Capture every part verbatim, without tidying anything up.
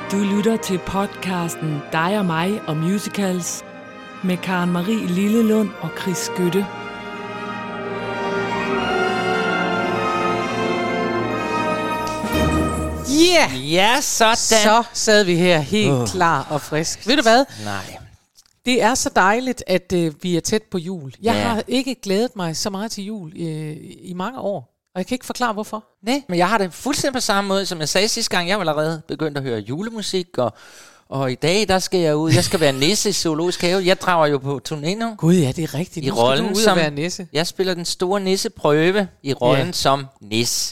Du lytter til podcasten Dig og mig og musicals med Karen Marie Lillelund og Chris Skytte. Yeah! Ja, sådan. Så sad vi her helt uh. klar og frisk. Ved du hvad? Nej. Det er så dejligt, at øh, vi er tæt på jul. Jeg Ja. har ikke glædet mig så meget til jul øh, i mange år. Og jeg kan ikke forklare, hvorfor. Nej, men jeg har det fuldstændig på samme måde, som jeg sagde sidste gang. Jeg var allerede begyndt at høre julemusik, og, og i dag, der skal jeg ud. Jeg skal være nisse i Zoologisk Have. Jeg drager jo på turné nu. Gud, ja, det er rigtigt. I Nu skal rollen du ud som, og være nisse. Jeg spiller den store nisseprøve i rollen Ja. som Nis.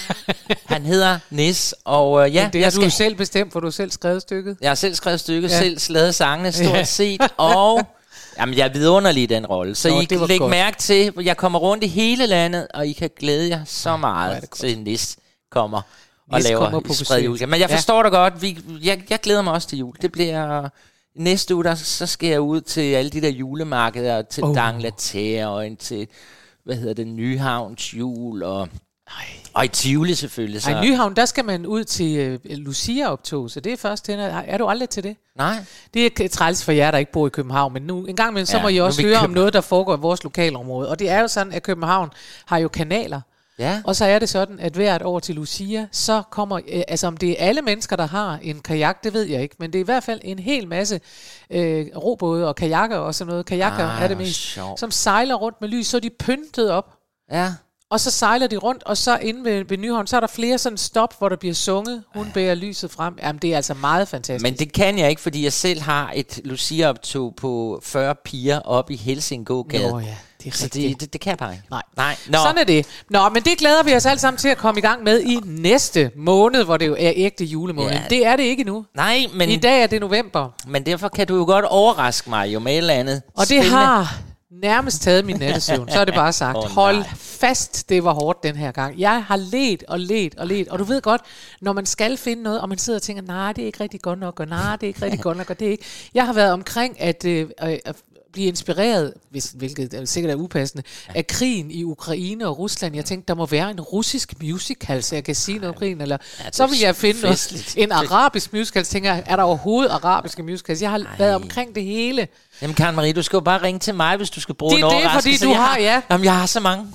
Han hedder Nis, og øh, ja, Men det har jeg, du skal, selv bestemt, for du har selv skrevet stykket. jeg har selv skrevet stykket, Ja. selv slaget sangene stort Ja. set, og jamen, jeg er vidunderlig i den rolle. Så Nå, I det var kan lægge godt. mærke til, at jeg kommer rundt i hele landet, og I kan glæde jer så hvor er meget det godt. til Nis kommer og Nis laver kommer på spred besøg. jul. Men jeg Ja. forstår dig godt. Vi, jeg, jeg glæder mig også til jul. Det bliver næste uge, der, så skal jeg ud til alle de der julemarkeder, til Oh. oh. Dangleterre og ind til, hvad hedder det, Nyhavns jul, og, og i Tivoli selvfølgelig. Så. Ej, Nyhavn, der skal man ud til uh, Lucia-optog, så det er først hen. Er du aldrig til det? Nej. Det er træls for jer, der ikke bor i København, men nu en gang imellem, så Ja, må I nu er også vi i høre om København. noget, der foregår i vores lokalområde. Og det er jo sådan, at København har jo kanaler. Ja. Og så er det sådan, at hvert år til Lucia, så kommer, øh, altså om det er alle mennesker, der har en kajak, det ved jeg ikke, men det er i hvert fald en hel masse øh, robåde og kajakker og sådan noget. Kajakker Ah, er det hvor mest, sjovt. som sejler rundt med lys, så er de pyntet op. Ja. Og så sejler de rundt, og så inde ved, ved Nyhavn, så er der flere sådan stop, hvor der bliver sunget. Hun bærer lyset frem. Jamen, det er altså meget fantastisk. Men det kan jeg ikke, fordi jeg selv har et Lucia-optog på fyrre piger op i Helsingågade. Nå ja, det er Så rigtigt. det, det, det kan jeg bare ikke. Nej. Nej. Nå. Sådan er det. Nå, men det glæder vi os alle sammen til at komme i gang med i næste måned, hvor det jo er ægte julemåned. Ja. Det er det ikke nu. Nej, men, I dag er det november, men derfor kan du jo godt overraske mig jo med et eller andet og det spændende. har nærmest taget min nattesøvn. Så er det bare sagt. Åh, Oh, Hold nej. fast, det var hårdt den her gang. Jeg har let og let og let, og du ved godt, når man skal finde noget, og man sidder og tænker, nej, det er ikke rigtig godt nok, og nej, det er ikke rigtig godt nok, og det er ikke. Jeg har været omkring at, øh, at blive inspireret, hvis, hvilket er sikkert er upassende, af krigen i Ukraine og Rusland. Jeg tænkte, der må være en russisk musical, så jeg kan sige noget om krigen, eller Ja, det så er vil jeg finde noget, festligt. en arabisk musical. Så tænker jeg, er der overhovedet arabiske musicals? Jeg har Ej. været omkring det hele. Jamen Karen Marie, du skal jo bare ringe til mig, hvis du skal bruge Det en er det, overraskelse. fordi du Jeg har, ja. Jamen, jeg har så mange.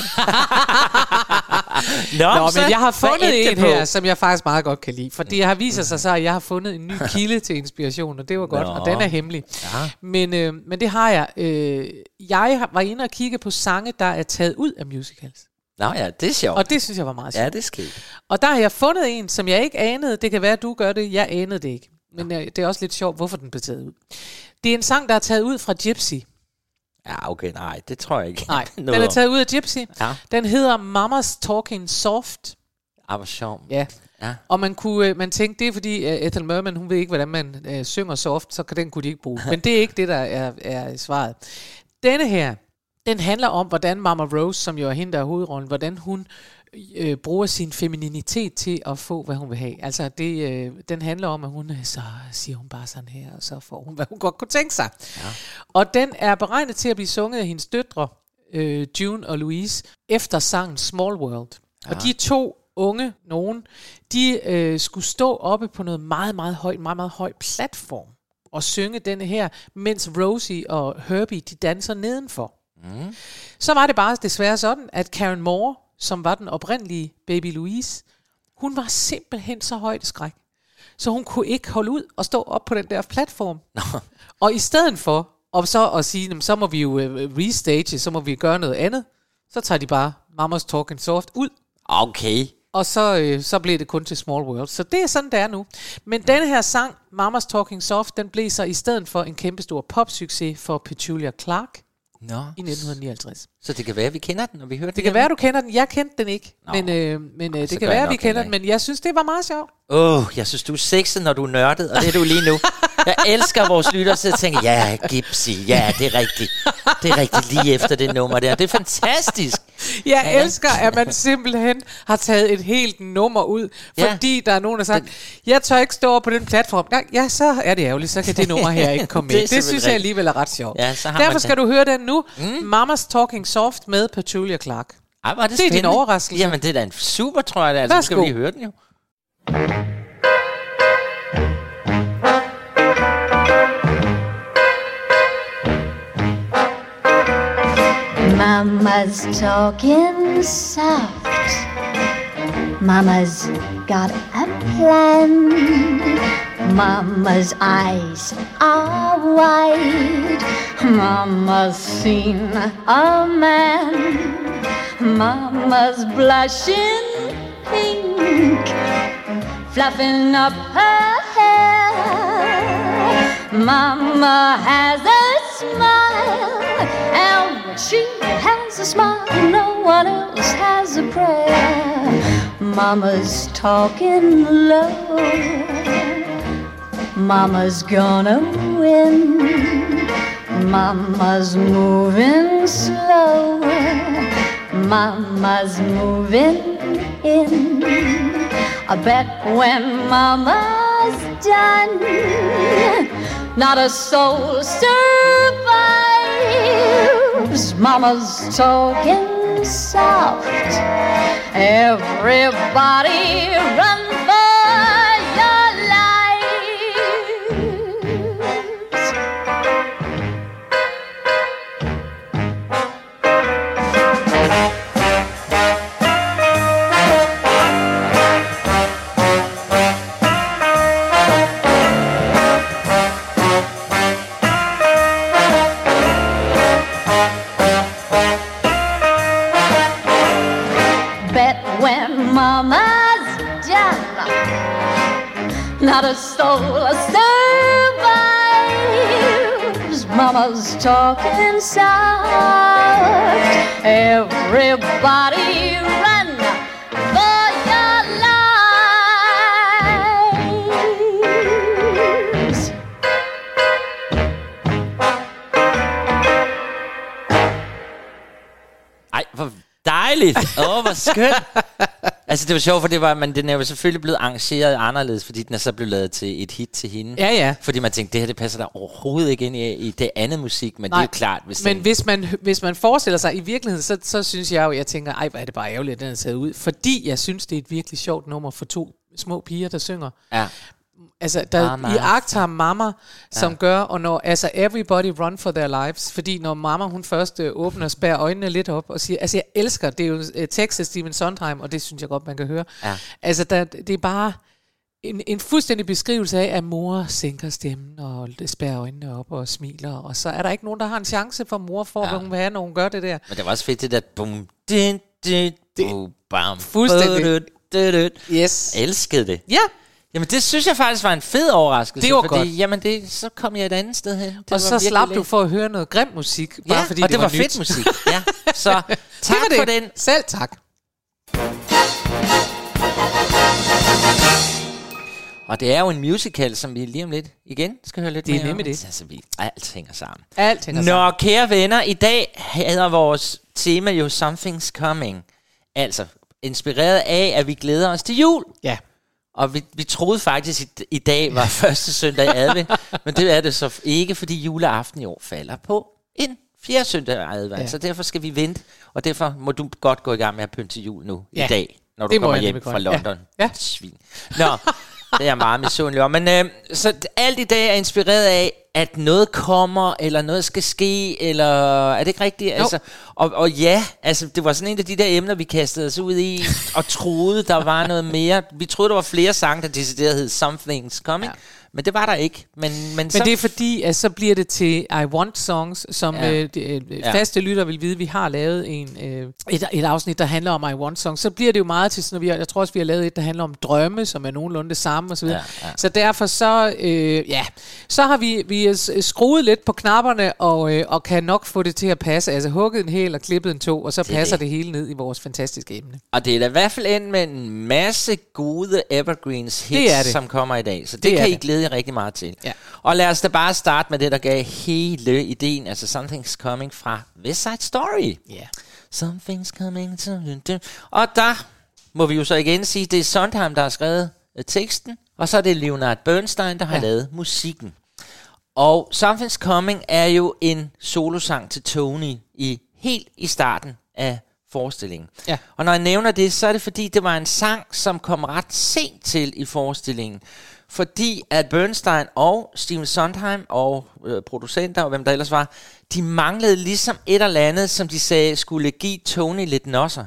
Nå, Nå, så, men jeg har hvad fundet endte en det på? her, som jeg faktisk meget godt kan lide. For det har viser sig så, at jeg har fundet en ny kilde til inspiration, og det var godt, Nå. og den er hemmelig. Ja. Men, øh, men det har jeg. Øh, jeg har- var inde og kigge på sange, der er taget ud af musicals. Nå ja, det er sjovt. Og det synes jeg var meget sjovt. Ja, det er sket. Og der har jeg fundet en, som jeg ikke anede. Det kan være, at du gør det. Jeg anede det ikke. Men øh, det er også lidt sjovt, hvorfor den blev taget ud. Det er en sang, der er taget ud fra Gypsy. Ja, okay, nej, det tror jeg ikke. Nej, den Noget er om. taget ud af Gypsy. Ja. Den hedder Mama's Talking Soft. Ah, hvor sjovt. Ja. Ja. Og man kunne, øh, man tænkte, det er fordi uh, Ethel Merman, hun ved ikke, hvordan man uh, synger soft, så kan den kunne de ikke bruge. Men det er ikke det, der er, er svaret. Denne her, den handler om, hvordan Mama Rose, som jo er hende, der er hovedrollen, hvordan hun øh, bruger sin femininitet til at få, hvad hun vil have. Altså, det, øh, den handler om, at hun, øh, så siger hun bare sådan her, og så får hun, hvad hun godt kunne tænke sig. Ja. Og den er beregnet til at blive sunget af hendes døtre, øh, June og Louise, efter sangen Small World. Ja. Og de to unge nogen, de øh, skulle stå oppe på noget meget, meget højt, meget, meget høj platform og synge denne her, mens Rosie og Herbie, de danser nedenfor. Mm. Så var det bare desværre sådan, at Karen Moore, som var den oprindelige Baby Louise, hun var simpelthen så højt skræk, så hun kunne ikke holde ud og stå op på den der platform. Og i stedet for, og så at sige, jamen, så må vi jo øh, restage, så må vi gøre noget andet, så tager de bare Mama's Talking Soft ud. Okay. Og så, øh, så blev det kun til Small World. Så det er sådan, det er nu. Men denne her sang, Mama's Talking Soft, den blev så i stedet for en kæmpestor popsucces for Petula Clark Nå. i nitten nioghalvtreds. Så det kan være, at vi kender den, og vi hører den. Det kan være, du kender den. Jeg kendte den ikke. Nå. Men, øh, men øh, Så det kan gør jeg være, vi nok kender heller den. Men jeg synes, det var meget sjovt. Åh, oh, jeg synes, du er sexet, når du er nørdet, og det er du lige nu. Jeg elsker vores lytter, så jeg tænker, ja, Gypsy, ja, det er rigtigt. Det er rigtigt lige efter det nummer der. Det er fantastisk. Jeg Ja. elsker, at man simpelthen har taget et helt nummer ud, Ja. fordi der er nogen, der har sagt, jeg tør ikke stå på den platform. Ja, ja, så er det ærgerligt, så kan det nummer her ikke komme Det er med. Det, det synes simpelthen jeg alligevel er ret sjovt. Ja, så har Derfor man skal du høre den nu. Mm. Mama's Talking Soft med Petula Clark. Ej, var det, Det er din spændende. overraskelse. Jamen, det er da en super, tror jeg. Det er. Altså, nu skal Værsgo. vi lige høre den jo. Mama's talking soft. Mama's got a plan. Mama's eyes are wide. Mama's seen a man. Mama's blushing pink, fluffing up her hair. Mama has a smile, and when she has a smile, no one else has a prayer. Mama's talking low. Mama's gonna win. Mama's moving slow. Mama's moving in. I bet when Mama's done, not a soul survives. Mama's talking soft. Everybody run for your lives. Mama's done, not a soul survives. Mama's talking soft. Everybody run for your lives. Ej, hvor dejligt. Åh, oh, hvor skønt. Altså, det var sjovt, for det var, men den er jo selvfølgelig blevet arrangeret anderledes, fordi den er så blevet lavet til et hit til hende. Ja, ja. Fordi man tænkte, det her, det passer der overhovedet ikke ind i, i det andet musik, men Nej, det er jo klart. Hvis men den... hvis man, hvis man forestiller sig i virkeligheden, så, så synes jeg jo, jeg tænker, ej, hvor er det bare ærgerligt, at den er taget ud. Fordi jeg synes, det er et virkelig sjovt nummer for to små piger, der synger. Ja. Altså, der Mama. i Aktar Mama, som Ja. gør, og når, altså, everybody run for their lives, fordi når Mama, hun først øh, åbner og spærrer øjnene lidt op og siger, altså, jeg elsker, det er jo øh, tekst af Stephen Sondheim, og det synes jeg godt, man kan høre. Ja. Altså, der, det er bare en, en fuldstændig beskrivelse af, at mor sænker stemmen og spærrer øjnene op og smiler, og så er der ikke nogen, der har en chance for mor, for ja. hvad hun vil have, når hun gør det der. Men det var også fedt, det der bum, din, din, bum, bam, Fuldstændig. Yes. Jeg elskede det. Ja. Jamen, det synes jeg faktisk var en fed overraskelse. Det var fordi, godt. Jamen, det, så kom jeg et andet sted hen. Det Og så slap du for at høre noget grim musik, bare ja, fordi og det, det var, var fedt nyt. musik. Ja. Så tak det for det. den. Selv tak. Og det er jo en musical, som vi lige om lidt igen skal høre lidt Det er mere nemlig om. det. Altså, vi, alt hænger sammen. Alt hænger Nå, sammen. kære venner, i dag hedder vores tema jo Something's Coming. Altså, inspireret af, at vi glæder os til jul. Ja. Og vi, vi troede faktisk, at i dag var første søndag i advent, men det er det så ikke, fordi juleaften i år falder på en fjerde søndag i advent. Ja. Så derfor skal vi vente, og derfor må du godt gå i gang med at pynte til jul nu Ja. i dag, når du Det må kommer jeg hjem nemlig fra godt. London. Ja. Ja. Svin. Nå, det er jeg meget misundelig om. Men øh, så alt i dag er inspireret af, at noget kommer, eller noget skal ske, eller er det ikke rigtigt? Altså, og, og ja, altså, det var sådan en af de der emner, vi kastede os ud i, og troede, der var noget mere. Vi troede, der var flere sange, der decideret hed Something's Coming, ja. Men det var der ikke. Men, men, Men så, det er fordi, at så bliver det til I Want Songs, som Ja. øh, de, øh, Ja. faste lytter vil vide, vi har lavet en, øh, et, et afsnit, der handler om I Want Songs. Så bliver det jo meget til sådan, at vi har, jeg tror også, vi har lavet et, der handler om drømme, som er nogenlunde det samme osv. Ja, ja. Så derfor så, øh, ja, så har vi, vi er skruet lidt på knapperne, og, øh, og kan nok få det til at passe. Altså hugget en hel og klippet en to, og så Det er passer det. det hele ned i vores fantastiske emne. Og det er da i hvert fald endt med en masse gode Evergreens hits, Det er det. som kommer i dag. Så det, Det det er kan I det. glæde jer rigtig meget til. Ja. Og lad os da bare starte med det, der gav hele ideen, altså Something's Coming fra West Side Story. Ja. Something's coming to... Og der må vi jo så igen sige, det er Sondheim, der har skrevet øh, teksten, og så er det Leonard Bernstein, der har Ja. lavet musikken. Og Something's Coming er jo en solosang til Tony i helt i starten af forestillingen. Ja. Og når jeg nævner det, så er det fordi, det var en sang, som kom ret sent til i forestillingen. fordi at Bernstein og Stephen Sondheim og øh, producenter og hvem der ellers var, de manglede ligesom et eller andet, som de sagde skulle give Tony lidt nosser.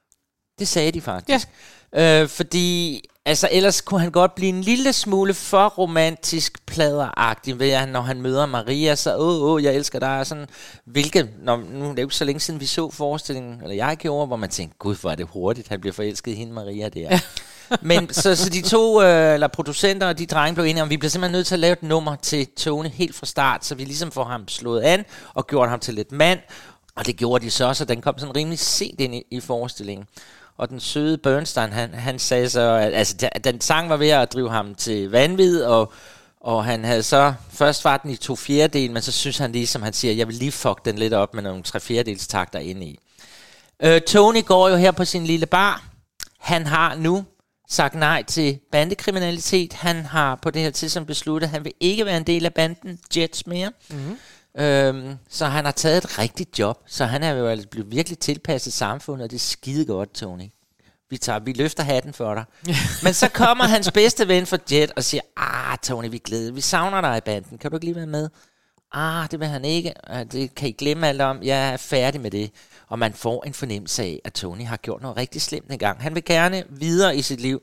Det sagde de faktisk. Ja. Øh, fordi altså ellers kunne han godt blive en lille smule for romantisk pladeragtig ved at når han møder Maria, så åh, åh, jeg elsker dig, sådan, hvilket, når, nu er det jo ikke så længe siden vi så forestillingen, eller jeg gjorde, hvor man tænkte, gud, hvor er det hurtigt, han bliver forelsket i hende Maria der. Ja. Men så, så de to, øh, eller producenter og de drenge blev enige om, vi bliver simpelthen nødt til at lave et nummer til Tony helt fra start, så vi ligesom får ham slået an og gjort ham til lidt mand, og det gjorde de så, så den kom sådan rimelig sent ind i, i forestillingen. Og den søde Bernstein, han, han sagde så, at altså, den sang var ved at drive ham til vanvid, og, og han havde så, først var den i to fjerdedel, men så synes han lige, som han siger, jeg vil lige fuck den lidt op med nogle tre fjerdedels takter inde i. Øh, Tony går jo her på sin lille bar. Han har nu sagt nej til bandekriminalitet. Han har på det her tidspunkt besluttet, at han vil ikke være en del af banden Jets mere. Mm-hmm. Øhm, så han har taget et rigtigt job, så han er jo altså blevet virkelig tilpasset samfundet, og det er skide godt, Tony. Vi, tager, vi løfter hatten for dig. Men så kommer hans bedste ven fra Jet og siger, ah Tony, vi glæder, vi savner dig i banden, kan du ikke lige være med? Ah, det vil han ikke, det kan I glemme alt om, jeg er færdig med det. Og man får en fornemmelse af, at Tony har gjort noget rigtig slemt en gang. Han vil gerne videre i sit liv.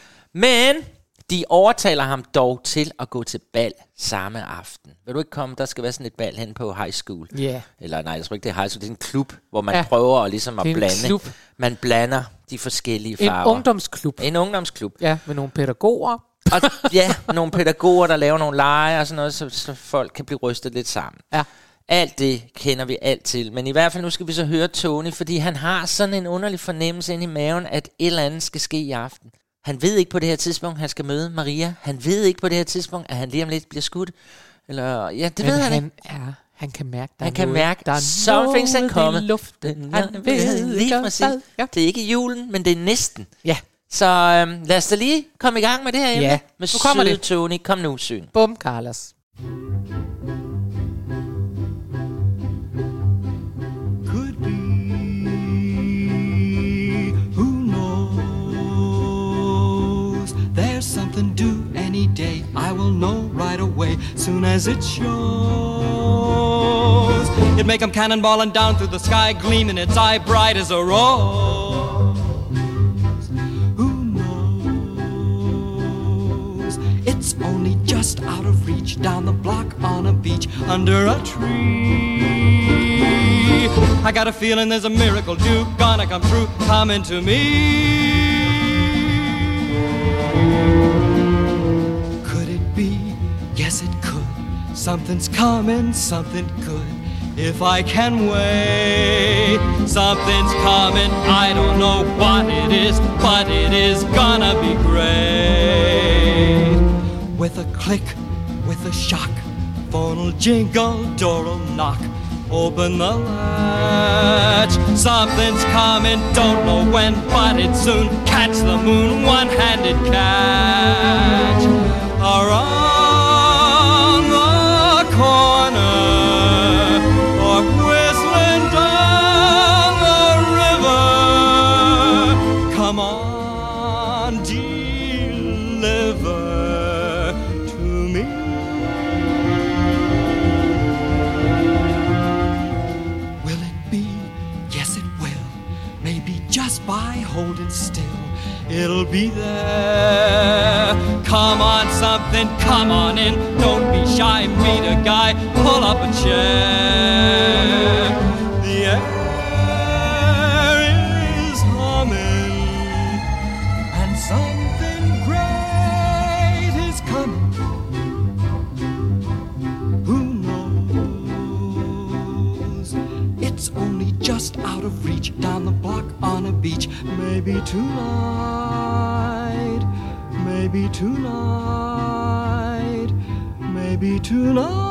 Men de overtaler ham dog til at gå til bal samme aften. Vil du ikke komme? Der skal være sådan et bal hen på high school. Ja. Yeah. Eller nej, jeg tror ikke, det er high school. Det er en klub, hvor man ja. prøver at, ligesom at blande. Klub. Man blander de forskellige farver. En ungdomsklub. En ungdomsklub. Ja, med nogle pædagoger. Og ja, nogle pædagoger, der laver nogle lege og sådan noget, så, så folk kan blive rystet lidt sammen. Ja. Alt det kender vi alt til. Men i hvert fald nu skal vi så høre Tony, fordi han har sådan en underlig fornemmelse ind i maven, at et eller andet skal ske i aften. Han ved ikke på det her tidspunkt, han skal møde Maria. Han ved ikke på det her tidspunkt, at han lige om lidt bliver skudt. Eller, ja, det Men ved han han ikke. Ja, han kan mærke, der han er kan noget. mærke, der er something's er kommet. i luften. Han ved lige præcis. Ja. Det er ikke julen, men det er næsten. Ja. Så øhm, lad os da lige komme i gang med det her emne. Ja, med nu kommer søde det. Tony. Kom nu, syng. Bum, Carlos. Could be, who knows? There's something due any day. I will know right away, soon as it shows. It may come cannonballing down through the sky, gleaming its eye bright as a rose. Who knows? It's only just out of reach, down the block on a beach, under a tree. I got a feeling there's a miracle due, gonna come true, coming to me. Could it be? Yes, it could. Something's coming, something good. If I can wait, something's coming. I don't know what it is, but it is gonna be great. With a click, with a shock, phone'll jingle, door'll knock. Open the latch, something's coming, don't know when, but it's soon. Catch the moon, one-handed catch. Around the corner, or whistling down the river. Come on, deliver to me. Will it be? Yes, it will. Maybe just by holding still, it'll be there. Come on, something, come on in. Don't be shy, meet a guy, pull up a chair. The air is humming, and something great is coming. Who knows? It's only just out of reach, down the block on a beach. Maybe tonight, maybe tonight, maybe tonight.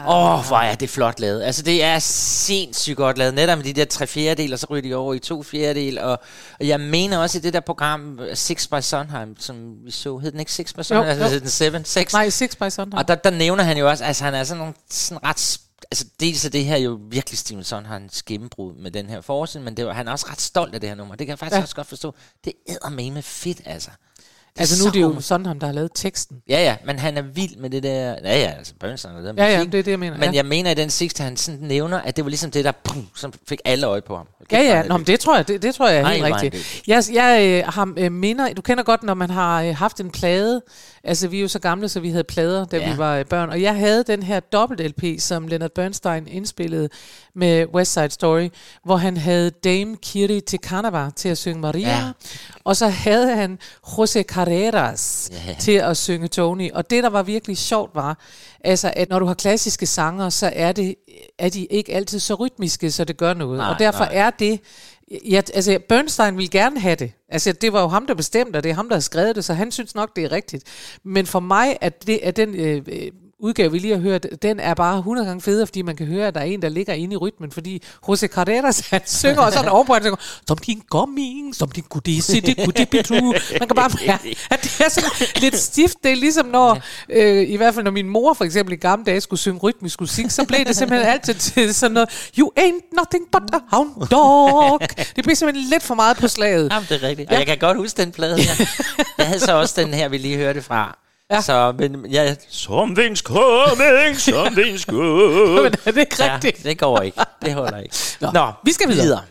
Åh, oh, hvor er det flot lavet. Altså, det er sindssygt godt lavet. Netop med de der tre fjerdedel, og så ryger de over i to fjerdedel. Og, og jeg mener også i det der program, Six by Sondheim, som vi så, hed den ikke Six by Sondheim? Altså, hed den Seven? Six? Nej, Six by Sondheim. Og der, der nævner han jo også, altså han er sådan nogle sådan ret... Altså, dels er det her jo virkelig Stephen Sondheims gennembrud med den her forestilling, men det var, han er også ret stolt af det her nummer. Det kan jeg faktisk ja. også godt forstå. Det er eddermame fedt, altså. Altså nu er det jo Sondheim, der har lavet teksten. Ja, ja, men han er vild med det der... Ja, ja, altså Bernstein og det der ja, musik. Ja, det er det, jeg mener. Men ja. jeg mener i den Sixth, han sådan nævner, at det var ligesom det der, pum, som fik alle øje på ham. Ja, ja, Nå, men det tror jeg, det, det tror jeg er helt Ej, rigtigt. Jeg, jeg øh, har øh, minder... Du kender godt, når man har øh, haft en plade. Altså, vi er jo så gamle, så vi havde plader, da ja. vi var øh, børn. Og jeg havde den her dobbelt-L P, som Leonard Bernstein indspillede med West Side Story, hvor han havde Dame Kiri Te Canava til at synge Maria. Ja. Og så havde han José Carreras ja. til at synge Tony. Og det, der var virkelig sjovt, var, altså, at når du har klassiske sanger, så er, det, er de ikke altid så rytmiske, så det gør noget. Nej, og derfor nej. er det... Ja, altså, Bernstein ville gerne have det. Altså, det var jo ham, der bestemte, og det er ham, der har skrevet det, så han synes nok, det er rigtigt. Men for mig, at, det, at den... Øh, udgave, vi lige har hørt, den er bare hundrede gange federe, fordi man kan høre, at der er en, der ligger inde i rytmen, fordi José Carreras, han synger, og sådan overbredt, han synger, som din coming, som din goodie, det goodie true. Man kan bare mærke, at det er sådan lidt stift. Det er ligesom når, øh, i hvert fald når min mor for eksempel i gamle dage skulle synge rytmisk musik, så blev det simpelthen altid til sådan noget, you ain't nothing but a hound dog. Det blev simpelthen lidt for meget på slaget. Jamen, det er rigtigt. Og ja. jeg kan godt huske den plade her. Jeg havde så også den her, vi lige hørte fra. Ja. Så, men ja, something's coming, something's good. Men er det ikke rigtigt? Ja, det går ikke. Det holder ikke. Nå, Nå vi skal videre. videre.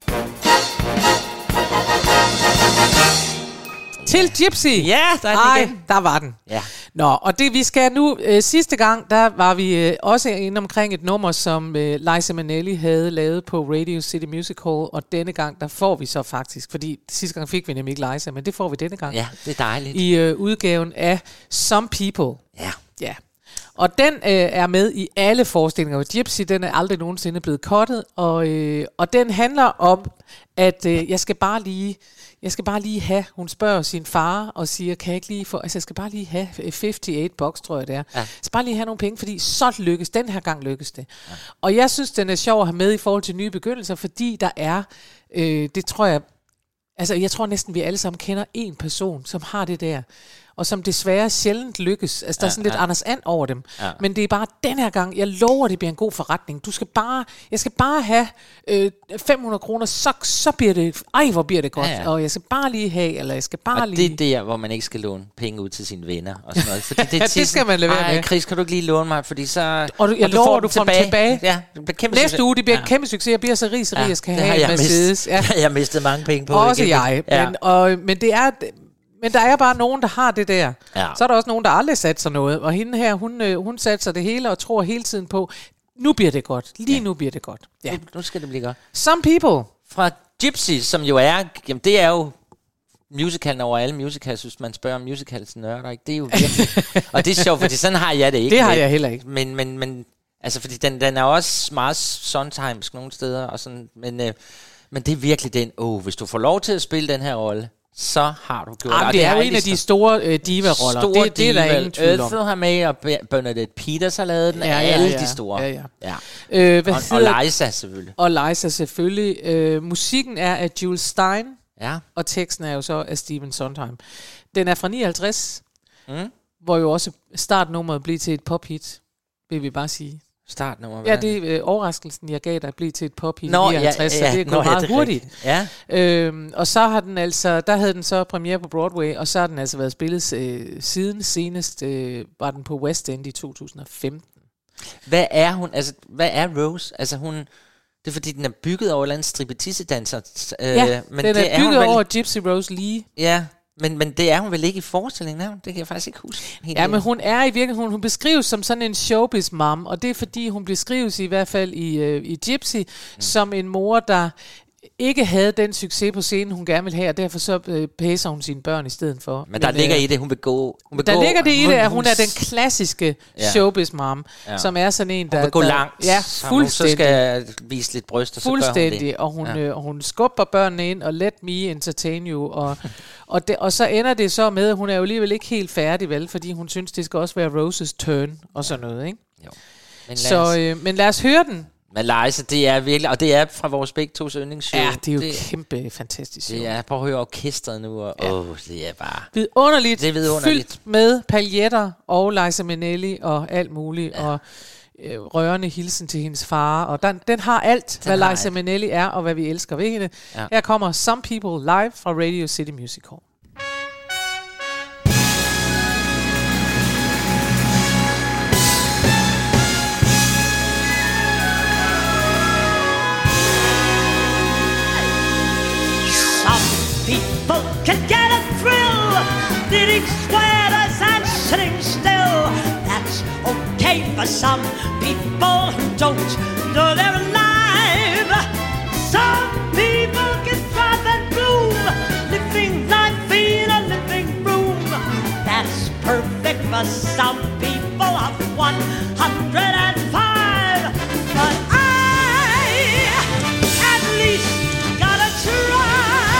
Til Gypsy. Ja, der er den Ej, igen. der var den. Ja. Nå, og det vi skal nu, øh, sidste gang, der var vi øh, også inde omkring et nummer, som øh, Liza Minnelli havde lavet på Radio City Music Hall, og denne gang, der får vi så faktisk, fordi sidste gang fik vi nemlig ikke Liza, men det får vi denne gang. Ja, det er dejligt. I øh, udgaven af Some People. Ja. Ja. Og den øh, er med i alle forestillinger. Gypsy, den er aldrig nogensinde blevet cuttet, og, øh, og den handler om, at øh, jeg skal bare lige... Jeg skal bare lige have, hun spørger sin far og siger, kan jeg ikke lige få, altså jeg skal bare lige have femoghalvfems bucks, tror jeg det er. Ja. Jeg skal bare lige have nogle penge, fordi så lykkes, den her gang lykkes det. Ja. Og jeg synes, den er sjov at have med i forhold til nye begyndelser, fordi der er, øh, det tror jeg, altså jeg tror næsten, vi alle sammen kender en person, som har det der, og som desværre sjældent lykkes. Altså, der er sådan ja, lidt ja. Anders And over dem. Ja. Men det er bare den her gang, jeg lover, det bliver en god forretning. Du skal bare, jeg skal bare have øh, fem hundrede kroner, så, så bliver det, ej, hvor bliver det godt. Ja, ja. Og jeg skal bare lige have, eller jeg skal bare og lige... Og det er der, hvor man ikke skal låne penge ud til sine venner og sådan noget. Fordi det, er ja, det skal man lade være med. Chris, kan du ikke lige låne mig, fordi så... Og du, jeg og lover, du får, du får tilbage. tilbage. Ja, det bliver kæmpe Næste succes. uge, det bliver ja. en kæmpe succes. Jeg bliver så rig, så rig, ja, jeg skal have en jeg Mercedes. Mist, ja. Jeg har mistet mange penge på. Også det. jeg. Ja. Men, og, men det er... Men der er bare nogen, der har det der. Ja. Så er der også nogen, der aldrig satser noget. Og hende her, hun, øh, hun satser det hele og tror hele tiden på, nu bliver det godt. Lige ja. nu bliver det godt. Ja. Nu skal det blive godt. Some People. Fra Gypsy, som jo er, jamen det er jo musicalen over alle musicals, hvis man spørger om musicals nørder, ikke? Det er jo virkelig. Og det er sjovt, fordi sådan har jeg det ikke. Det har jeg heller ikke. Men, men, men altså, fordi den, den er også meget Sondheimsk nogle steder, og sådan, men, øh, men det er virkelig den, åh, oh, hvis du får lov til at spille den her rolle, så har du gjort det. Det, det er jo en af de store øh, diva-roller. Store det, det er der ingen tvivl om. Earth har med, og Bernadette Peters har lavet den. Ja, ja, alle ja, de store. Ja, ja. ja. Øh, hvad og, og Liza selvfølgelig. Og Liza selvfølgelig. Øh, musikken er af Jules Stein, ja. og teksten er jo så af Stephen Sondheim. Den er fra nioghalvtreds, mm. hvor jo også startnummeret blev til et pophit, vil vi bare sige. Startnummer. Ja, det er øh, overraskelsen, jeg gav dig, blev til et pop i nioghalvtreds, ja, ja, så det er nå, gået meget det hurtigt. Ja. Øhm, og så har den altså, der havde den så premiere på Broadway, og så har den altså været spillet øh, siden senest, øh, var den på West End i to tusind og femten. Hvad er hun, altså, hvad er Rose? Altså hun, det er fordi, den er bygget over en eller anden striptease-danser. Øh, ja, men den det er bygget er over vel... Gypsy Rose Lee. Ja, Men, men det er hun vel ikke i forestillingen, er hun? Det kan jeg faktisk ikke huske. Ja, men hun er i virkeligheden, hun, hun beskrives som sådan en showbiz-mom, og det er fordi, hun beskrives i hvert fald i, øh, i Gypsy, mm. som en mor, der ikke havde den succes på scenen, hun gerne ville have, og derfor så øh, pæser hun sine børn i stedet for. Men der men, ligger øh, i det, hun vil gå... Hun vil der gå, ligger det i hun, det, at hun er den klassiske ja. showbiz-mom, ja. som er sådan en, der... Hun vil gå der, langt, ja, fuldstændig. Hun så skal vise lidt bryst, og så gør hun det. Fuldstændig, og hun, ja. øh, og hun skubber børnene ind, og let me entertain you, og, og, det, og så ender det så med, at hun er jo alligevel ikke helt færdig, vel, fordi hun synes, det skal også være Roses turn, og sådan noget, ikke? Jo. Men Så, øh, men lad os høre den. Men Liza, det er virkelig, og det er fra vores begge tos yndlingsshow. Ja, det er jo det, kæmpe fantastisk show. Det er, prøv at høre orkestret nu, og ja. åh, det er bare... Vidunderligt, det er vidunderligt. Fyldt med paljetter og Liza Minnelli og alt muligt, ja. og øh, rørende hilsen til hendes far, og den, den har alt, den hvad har Liza alt. Minnelli er, og hvad vi elsker ved hende. Ja. Her kommer Some People live fra Radio City Music Hall. People can get a thrill knitting sweaters and sitting still. That's okay for some people who don't know they're alive. Some people can thrive and bloom, living life in a living room. That's perfect for some people of one hundred and five. But I, at least, gotta try.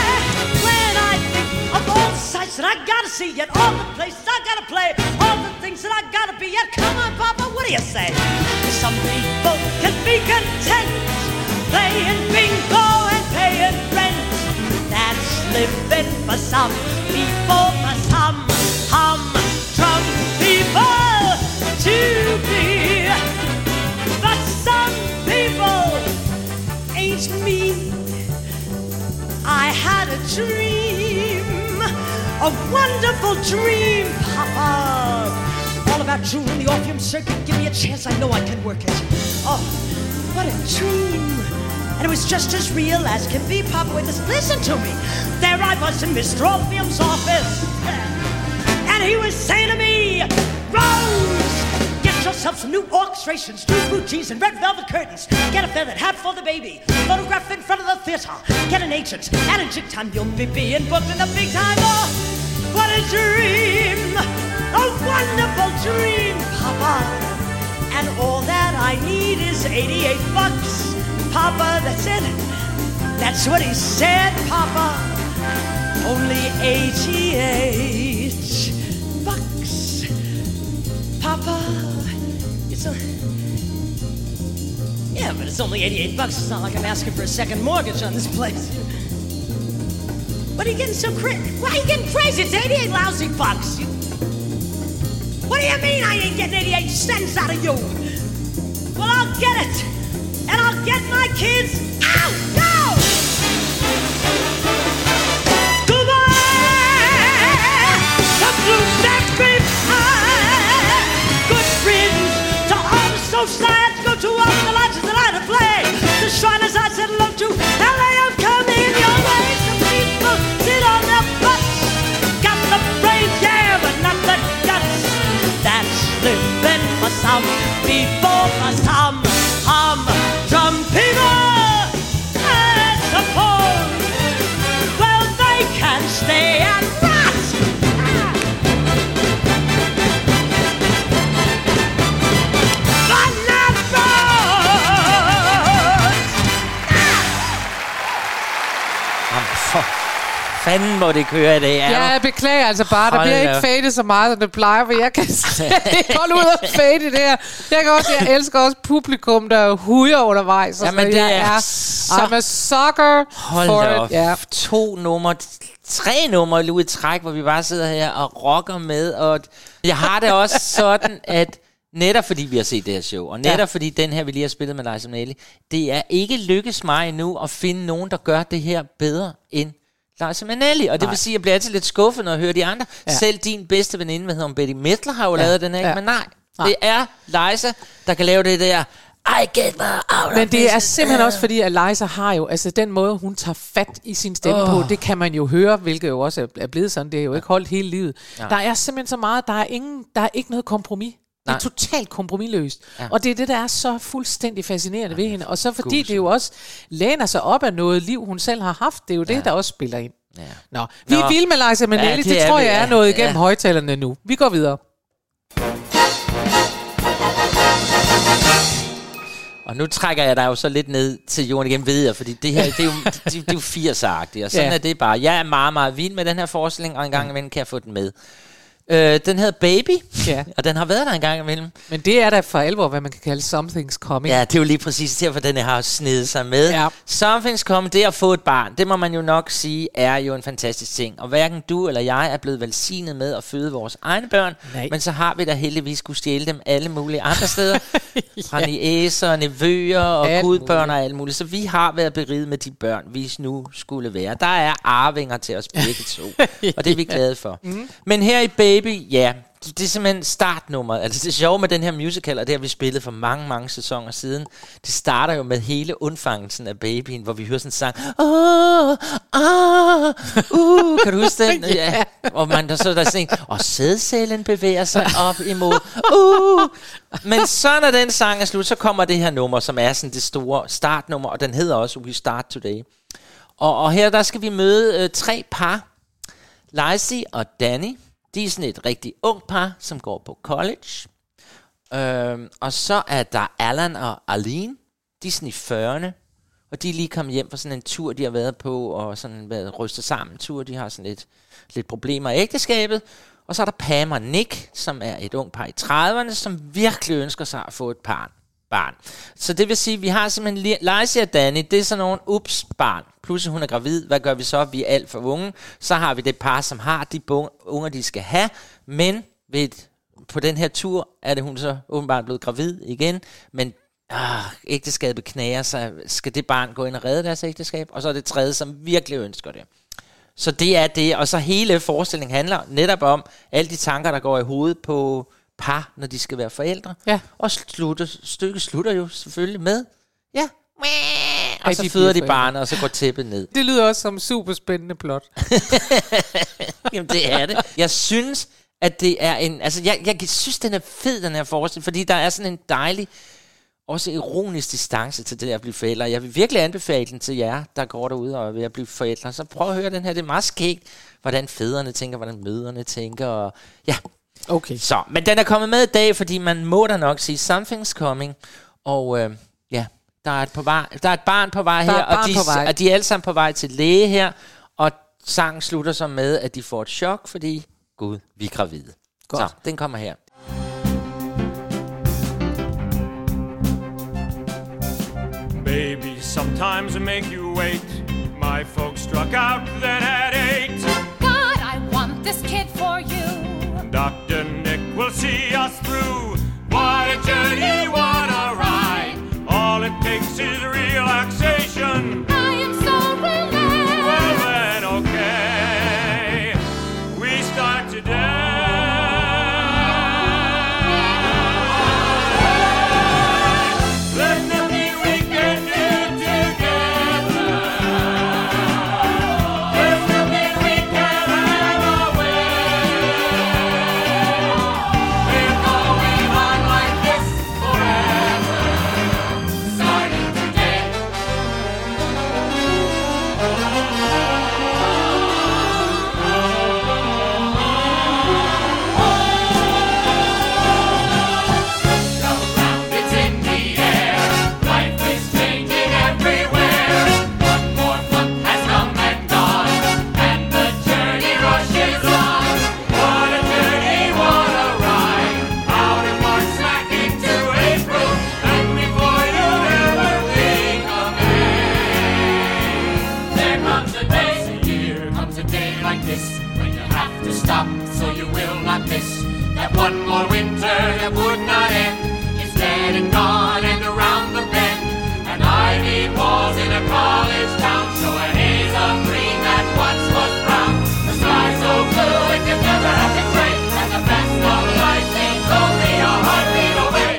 That I gotta see, yet all the places I gotta play, all the things that I gotta be, yet come on, Papa, what do you say? Some people can be content, playing bingo and paying rent. That's living for some people, for some humdrum people to be. But some people ain't me. I had a dream, a wonderful dream, Papa. All about June and the Orpheum Circuit. Give me a chance, I know I can work it. Oh, what a dream. And it was just as real as can be, Papa. Wait, listen, listen to me. There I was in Mister Orpheum's office, and he was saying to me, Rose, get yourself some new orchestrations, new blue jeans and red velvet curtains. Get a feathered hat for the baby. Photograph in front of the theater. Get an agent. And in jig time you'll be being booked in the big time. Oh, what a dream. A wonderful dream, Papa. And all that I need is eighty-eight bucks. Papa, that's it. That's what he said, Papa. Only eighty-eight bucks. Papa, it's a... Yeah, but it's only eighty-eight bucks. It's not like I'm asking for a second mortgage on this place. What are you getting so crazy? Why are you getting crazy? It's eighty-eight lousy bucks. You... What do you mean I ain't getting eighty-eight cents out of you? Well, I'll get it. And I'll get my kids out. Go! Goodbye! The blueberry pie. Good riddance to all the societies. Go to all the lodges that I to play. The Shriners I said hello to. L A, I'm coming your way. Some people sit on their butts. Got the brains, yeah, but not the guts. That's living for some people, for some humdrum people. I suppose, well, they can stay and rot. But not For fanden må det køre i dag. Ja, jeg beklager altså bare. Der bliver ikke fadet så meget, som det plejer, for jeg kan ikke holde ud og fade i det her. Jeg kan også, jeg elsker også publikum, der hujer undervejs. Jamen, det jeg er er så... I'm a sucker Hold for da it. op. Ja. To numre, tre numre nu i træk, hvor vi bare sidder her og rocker med. Og jeg har det også sådan, at netop fordi vi har set det her show, og netop ja. fordi den her, vi lige har spillet med Liza Minnelli, det er ikke lykkes mig endnu at finde nogen, der gør det her bedre end Liza Minnelli. Og det nej. vil sige, at jeg bliver altid lidt skuffet, når jeg hører de andre. Ja. Selv din bedste veninde, hvad hedder hun, Betty Midler, har jo ja. lavet den her, ja. men nej, nej, det er Liza, der kan lave det der. I get my out. Men det er simpelthen også fordi, at Liza har jo, altså den måde, hun tager fat i sin stemme oh. på, det kan man jo høre, hvilket jo også er blevet sådan, det er jo ikke holdt hele livet. Ja. Der er simpelthen så meget, der er, ingen, der er ikke noget kompromis. Det er totalt kompromisløst. Ja. Og det er det, der er så fuldstændig fascinerende ja. ved hende. Og så fordi God, det jo også læner sig op af noget liv, hun selv har haft, det er jo det, ja. der også spiller ind. Ja. Nå, vi Nå. er vilde med Liza Minnelli, ja, det, det tror jeg er noget igennem ja. højtalerne nu. Vi går videre. Og nu trækker jeg dig jo så lidt ned til jorden igen, ved jeg, fordi det her, det er jo, det, det er jo firsagtigt, og sådan ja. er det bare. Jeg er meget, meget vild med den her forestilling, og en gang imellem kan jeg få den med. Øh, den hedder Baby, Ja. og den har været der en gang imellem. Men det er da for alvor, hvad man kan kalde Something's Coming. Ja, det er jo lige præcis derfor, den har snedet sig med. Ja. Something's Coming, det at få et barn, det må man jo nok sige, er jo en fantastisk ting. Og hverken du eller jeg er blevet velsignet med at føde vores egne børn, Nej. men så har vi da heldigvis kunne stjæle dem alle mulige andre steder. Fra niæser, nevøer og Alt gudbørn og alt muligt. Så vi har været beriget med de børn, vi nu skulle være. Der er arvinger til os begge to, og det er vi glade for. Mm. Men her i Baby, ja, det er simpelthen startnummeret. Altså det sjove med den her musical, og det har vi spillet for mange, mange sæsoner siden. Det starter jo med hele undfangelsen af Babyen, hvor vi hører sådan en sang. Åh, ah, uh, kan du huske den? Ja. Og man der så der sådan en, og sædcellen bevæger sig op imod. Uh. Men så når den sang er slut, så kommer det her nummer, som er sådan det store startnummer, og den hedder også We Start Today. Og, og her der skal vi møde øh, tre par. Lizzie og Danny. De er sådan et rigtig ung par, som går på college. Øhm, og så er der Alan og Arlene. De er sådan i fyrrerne. Og de er lige kommet hjem fra sådan en tur, de har været på, og sådan været rystet sammen en tur. De har sådan lidt, lidt problemer i ægteskabet. Og så er der Pam og Nick, som er et ung par i trediverne, som virkelig ønsker sig at få et barn. barn. Så det vil sige, at vi har simpelthen Lizzie og Danny, det er sådan nogle ups barn. Pludselig hun er gravid, hvad gør vi så? Vi er alt for unge. Så har vi det par, som har de unger, de skal have, men ved, på den her tur er det hun så åbenbart blevet gravid igen, men ah, ægteskabet knæger, så skal det barn gå ind og redde deres ægteskab, og så er det tredje, som virkelig ønsker det. Så det er det, og så hele forestillingen handler netop om alle de tanker, der går i hovedet på par, når de skal være forældre. Ja. Og slutter, stykket slutter jo selvfølgelig med, ja, og Ej, så de føder de bliver barnet, og så går tæppet ned. Det lyder også som en super spændende plot. Jamen, det er det. Jeg synes, at det er en... Altså, jeg, jeg synes, den er fed, den her forestilling, fordi der er sådan en dejlig, også ironisk distance til det at blive forældre. Jeg vil virkelig anbefale den til jer, der går derude og er ved at blive forældre. Så prøv at høre den her. Det er meget skægt, hvordan fædrene tænker, hvordan mødrene tænker, og ja... Okay. Så, men den er kommet med i dag, fordi man må da nok sige, something's coming. Og øh, ja, der er, et på vej, der er et barn på vej der her, og og de, og de er alle sammen på vej til læge her. Og sangen slutter så med, at de får et chok, fordi, gud, vi er gravide. Godt. Så, den kommer her. Baby, sometimes I make you wait. My folks struck out then at eight. God, I want this kid for you. Doctor Nick will see us through. What a journey, what a ride. All it takes is relaxation. I am so relieved. Well then, okay. We start today. There's nothing we can do together. There's nothing we can have away. We're going on like this forever. Starting today. Around, it's in the air. Life is changing everywhere. One more month has come and gone, and the journey rushes on. What a journey, what a ride. Out of March, smack into April, and before you ever think of it, there comes a day, here comes a day like this, when you have to stop so you will not miss that one more winter that would not end. Is dead and gone and around the bend. An ivy falls in a college town, show a haze of green that once was brown. The sky so blue it could never have been gray, and the best of life seems only a heartbeat away.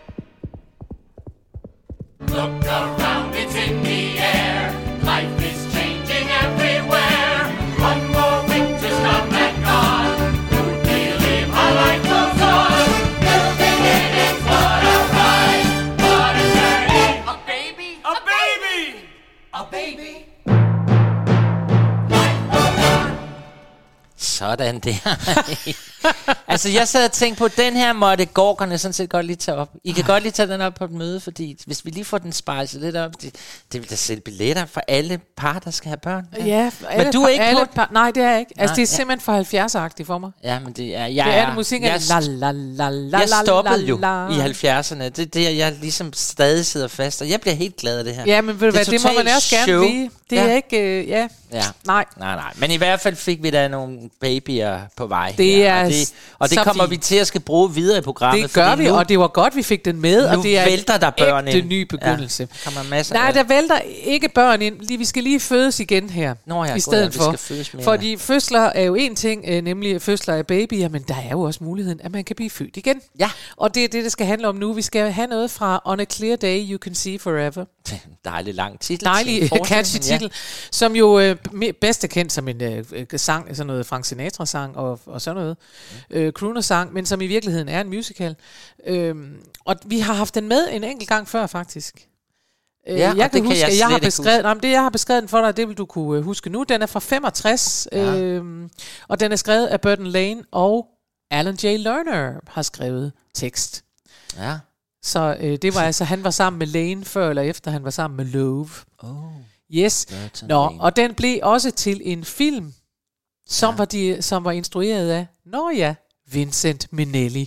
Look around, it's in the air. Life is changing everywhere. One more winter's come and gone. Who'd believe how life goes on? New beginnings, what a ride, what a journey. A baby, a baby, a baby. Life goes on. Sådan der. Altså, jeg sad og tænkte på, den her måtte Gorkerne sådan set godt lige tage op. I kan godt lige tage den op på et møde, fordi hvis vi lige får den spejset lidt op, det, det vil da sælge billetter for alle par, der skal have børn. Ja, ja men du er ikke alle på... par, nej, det er jeg ikke. Altså, Nej, det er ja. simpelthen for halvfjerds-agtigt for mig. Ja, men det er... Jeg, Det er det musik, jeg, la la la la jeg stoppede jo la, la. i halvfjerdserne. Det er det, jeg ligesom stadig sidder fast, og jeg bliver helt glad af det her. Ja, men ved du hvad, det må man totalt også gerne show. blive. Det Ja. er ikke... Øh, ja, Ja. nej. Nej, nej. Men i hvert fald fik vi da nogle babyer på vej. Det her, er og det, og det så kommer fint. vi til at skal bruge videre i programmet. Det gør fordi vi, nu, og det var godt, vi fik den med, nu og det er vælter der børn ægte ind. ny begyndelse. Ja, kommer masser Nej, af- der vælter ikke børn ind. Lige, vi skal lige fødes igen her, Nå ja, i gud, stedet ja, vi for. skal fødes mere. Fordi fødsler er jo en ting, øh, nemlig fødsler af babyer, men der er jo også muligheden, at man kan blive født igen. Ja. Og det er det, det skal handle om nu. Vi skal have noget fra On a Clear Day, You Can See Forever. Dejlig lang titel. Dejlig, til en catchy forestilling, titel, som jo øh, me- bedst er kendt som en øh, øh, sang, sådan noget Frank Sinatra-sang og, og sådan noget, øh, crooner-sang, men som i virkeligheden er en musical. Øhm, og vi har haft den med en enkelt gang før, faktisk. Øh, Ja, og jeg det kan kan huske, jeg at jeg har slet ikke beskrevet, huske. nej, men det, jeg har beskrevet den for dig, det vil du kunne øh, huske nu. Den er fra femogtres, Ja. øhm, og den er skrevet af Burton Lane, og Alan J. Lerner har skrevet tekst. Ja. Så øh, det var altså, han var sammen med Lane før eller efter, han var sammen med Love. Oh. Yes. Burton Nå, Lane. og den blev også til en film, som, Ja. var, de, som var instrueret af, nå ja, Vincent Minnelli.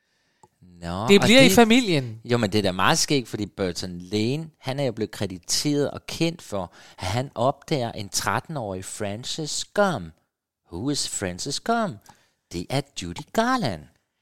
Nå, Det og bliver i familien. Jo, men det er da meget skægt, fordi Burton Lane, han er jo blevet krediteret og kendt for, at han opdager en tretten-årig Frances Gum. Who is Frances Gum? Det er Judy Garland.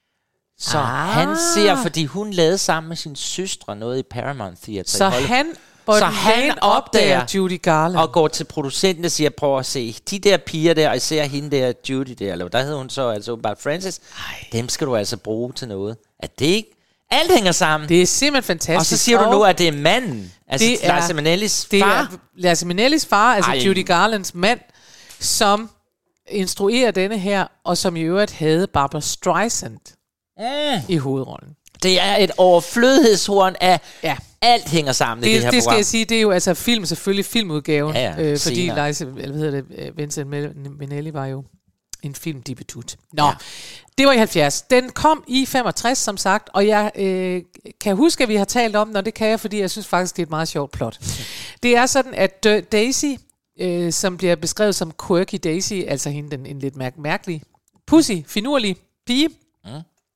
Så Ah. han ser, fordi hun lavede sammen med sin søstre noget i Paramount Theatre. Så i Hollywood. han, Så Burton han Lane opdager opdager Judy Garland. og går til producenten og siger, prøv at se, de der piger der, og især hende der, Judy der, eller der hed hun så altså åbenbart Frances, Ej. dem skal du altså bruge til noget. At det ikke, alt hænger sammen. Det er simpelthen fantastisk. Og så siger du nu, at det er manden, altså det er- Liza Minnellis det far. er Liza Minnellis far, altså Ej. Judy Garlands mand, som instruerer denne her, og som i øvrigt havde Barbra Streisand Mm. i hovedrollen. Det er et overflødighedshorn af, Ja. alt hænger sammen i det Det, her det skal program. jeg sige, det er jo altså film, selvfølgelig filmudgaven, Ja, ja, øh, fordi senere. Liza, eller hvad hedder det, øh, Vincent Minnelli var jo en filmdebutut. Nå, Ja. ja. Det var i halvfjerds. Den kom i femogtres, som sagt, og jeg øh, kan huske, at vi har talt om den, og det kan jeg, fordi jeg synes faktisk, det er et meget sjovt plot. Det er sådan, at øh, Daisy, øh, som bliver beskrevet som quirky Daisy, altså hende, den, en lidt mærk- mærkelig, pussy, finurlig pige, Mm.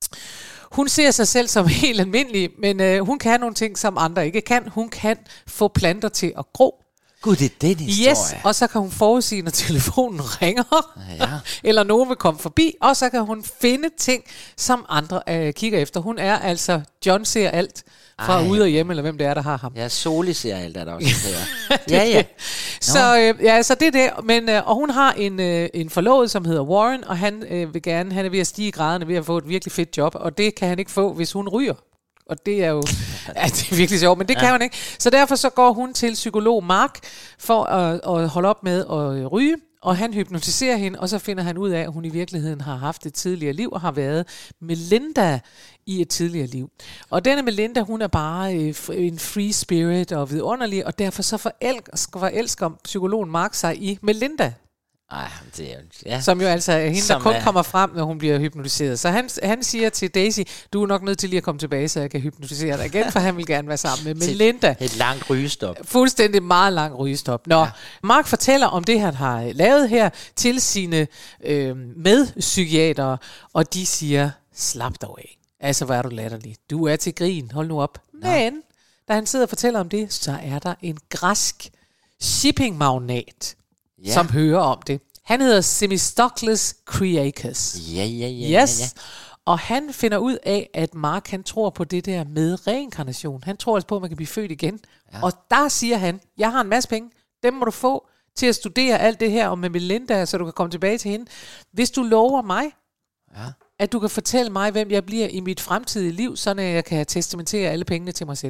hun ser sig selv som helt almindelig, men øh, hun kan nogle ting, som andre ikke kan. Hun kan få planter til at gro. Gud, det er den historie. Yes, og så kan hun forudsige, når telefonen ringer, Ja. eller nogen vil komme forbi, og så kan hun finde ting, som andre øh, kigger efter. Hun er altså, John ser alt fra Ej. ude og hjemme, eller hvem det er, der har ham. Ja, Soli ser alt, er der også her. Ja, ja. Så, øh, ja, så det er det. Men, øh, og hun har en, øh, en forlovet, som hedder Warren, og han øh, vil gerne, han er ved at stige i graderne ved at få et virkelig fedt job, og det kan han ikke få, hvis hun ryger. Og det er jo ja, det er virkelig sjovt, men det ja. kan hun ikke. Så derfor så går hun til psykolog Mark for at, at holde op med at ryge, og han hypnotiserer hende, og så finder han ud af, at hun i virkeligheden har haft et tidligere liv, og har været Melinda i et tidligere liv. Og denne Melinda, hun er bare øh, en free spirit og vidunderlig, og derfor så forelsker, forelsker psykologen Mark sig i Melinda. Ej, det er jo... Ja. Som jo altså er hende, Som der kun er- kommer frem, når hun bliver hypnotiseret. Så han, han siger til Daisy, du er nok nødt til lige at komme tilbage, så jeg kan hypnotisere dig igen, for han vil gerne være sammen med Til Melinda. Et langt rygestop. Fuldstændig meget lang rygestop. Nå, ja. Mark fortæller om det, han har lavet her til sine øh, medpsykiatere, og de siger, slap dog af. Altså, hvor er du latterlig. Du er til grin, hold nu op. Nå. Men, da han sidder og fortæller om det, så er der en græsk shipping-magnat, Ja. som hører om det. Han hedder Semistocles Kriakos. Ja, ja, ja. Yes. Ja, ja. Og han finder ud af, at Mark han tror på det der med reinkarnation. Han tror altså på, at man kan blive født igen. Ja. Og der siger han, jeg har en masse penge. Dem må du få til at studere alt det her om med Melinda, så du kan komme tilbage til hende. Hvis du lover mig, Ja. at du kan fortælle mig, hvem jeg bliver i mit fremtidige liv, så jeg kan testamentere alle pengene til mig selv.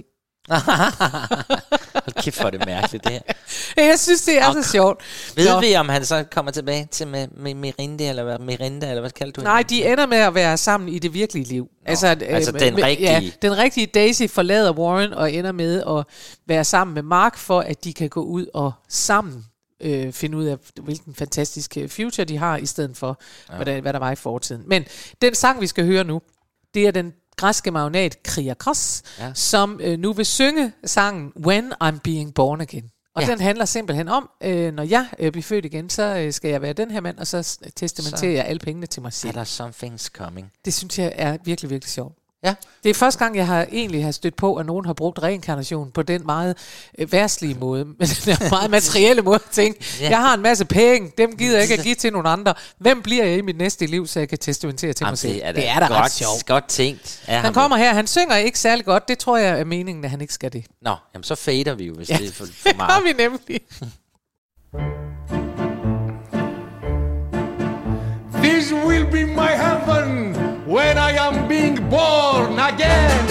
Hold kæft, hvor er det mærkeligt, det her. Jeg synes, det er Og så sjovt. Ved Nå. vi, om han så kommer tilbage til med, med Mirinde, eller hvad, Mirinda, eller hvad kalder du Nej, hende? de ender med at være sammen i det virkelige liv. Nå, altså, altså den med- rigtige. Ja, den rigtige Daisy forlader Warren og ender med at være sammen med Mark, for at de kan gå ud og sammen øh, finde ud af, hvilken fantastisk future de har, i stedet for, ja. hvad, der, hvad der var i fortiden. Men den sang, vi skal høre nu, det er den græske magnat Kriakos, ja. som øh, nu vil synge sangen When I'm Being Born Again. Og ja. den handler simpelthen om, øh, når jeg øh, bliver født igen, så øh, skal jeg være den her mand, og så testamenterer jeg alle pengene til mig selv. Er der something's coming? Det synes jeg er virkelig, virkelig sjovt. Ja. Det er første gang, jeg har egentlig har stødt på, at nogen har brugt reinkarnation på den meget øh, værslige måde, men den meget materielle måde at tænke, ja. jeg har en masse penge, dem gider jeg ikke at give til nogen andre. Hvem bliver jeg i mit næste liv, så jeg kan testamentere til Jamen, mig selv? Det er da, det er da godt, ret sjovt. Godt tænkt. Ja, han kommer her, han synger ikke særlig godt, det tror jeg er meningen, at han ikke skal det. Nå, jamen så fader vi jo, hvis ja, det er for, for meget. Det har vi nemlig. This will be my heaven when I am being born again.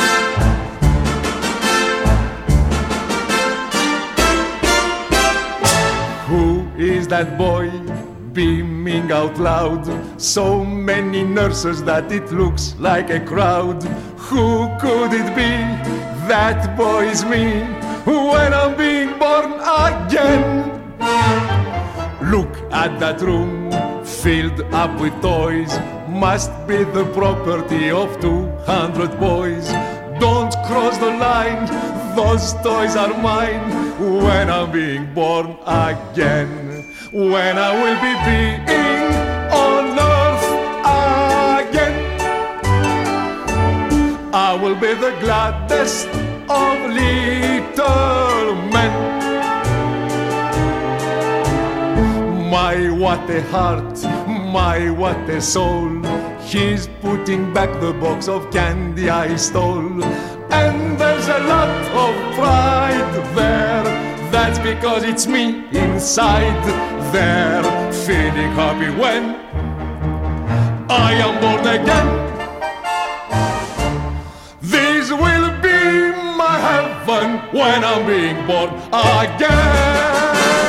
Who is that boy beaming out loud? So many nurses that it looks like a crowd. Who could it be? That boy is me when I'm being born again. Look at that room filled up with toys. Must be the property of two hundred boys. Don't cross the line, those toys are mine when I'm being born again. When I will be being on earth again, I will be the gladdest of little men. My, what a heart, my, what a soul. He's putting back the box of candy I stole. And there's a lot of pride there. That's because it's me inside there, feeling happy when I am born again. This will be my heaven when I'm being born again.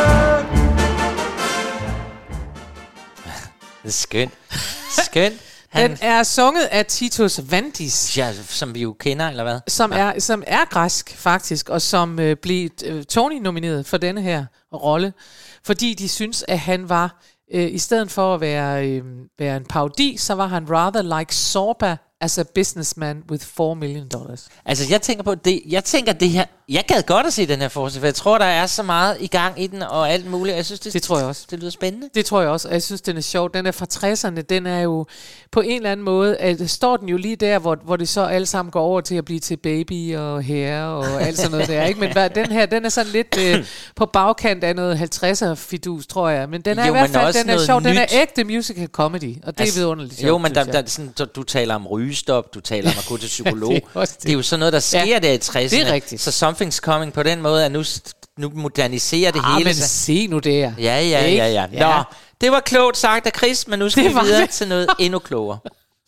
Det er skønt. Skønt. Han, den er sunget af Titus Vandis. Ja, som vi jo kender, eller hvad? Som er, som er græsk, faktisk, og som øh, blev øh, Tony-nomineret for denne her rolle, fordi de synes, at han var, øh, i stedet for at være, øh, være en parodi, så var han rather like Zorba as a businessman with four million dollars. Altså, jeg tænker på det, jeg tænker det her, jeg gad godt at se den her forestilling, for jeg tror, der er så meget i gang i den, og alt muligt. Jeg synes, det, det tror jeg også. Det lyder spændende. Det tror jeg også, og jeg synes, den er sjov. Den er fra tresserne, den er jo på en eller anden måde, at står den jo lige der, hvor, hvor det så alle sammen går over til at blive til baby og hair og alt sådan noget der, ikke? Men hvad, den her, den er sådan lidt øh, på bagkant af noget halvtredser-fidus, tror jeg. Men den er jo, i hvert fald, den er sjov. Nyt. Den er ægte musical comedy, og det altså, er vidunderligt sjovt. Jo, men der, der, sådan, du taler om rygestop, du taler om at gå til psykolog. det, er det. det er jo sådan noget, der sker ja, der i tresserne. Det er rigtigt. Så something's coming på den måde, at nu, nu moderniserer det ah, hele. Men se nu der. Ja, ja, ja, ja. Nå, ja. Det var klogt sagt af Chris, men nu skal det vi videre det. til noget endnu klogere.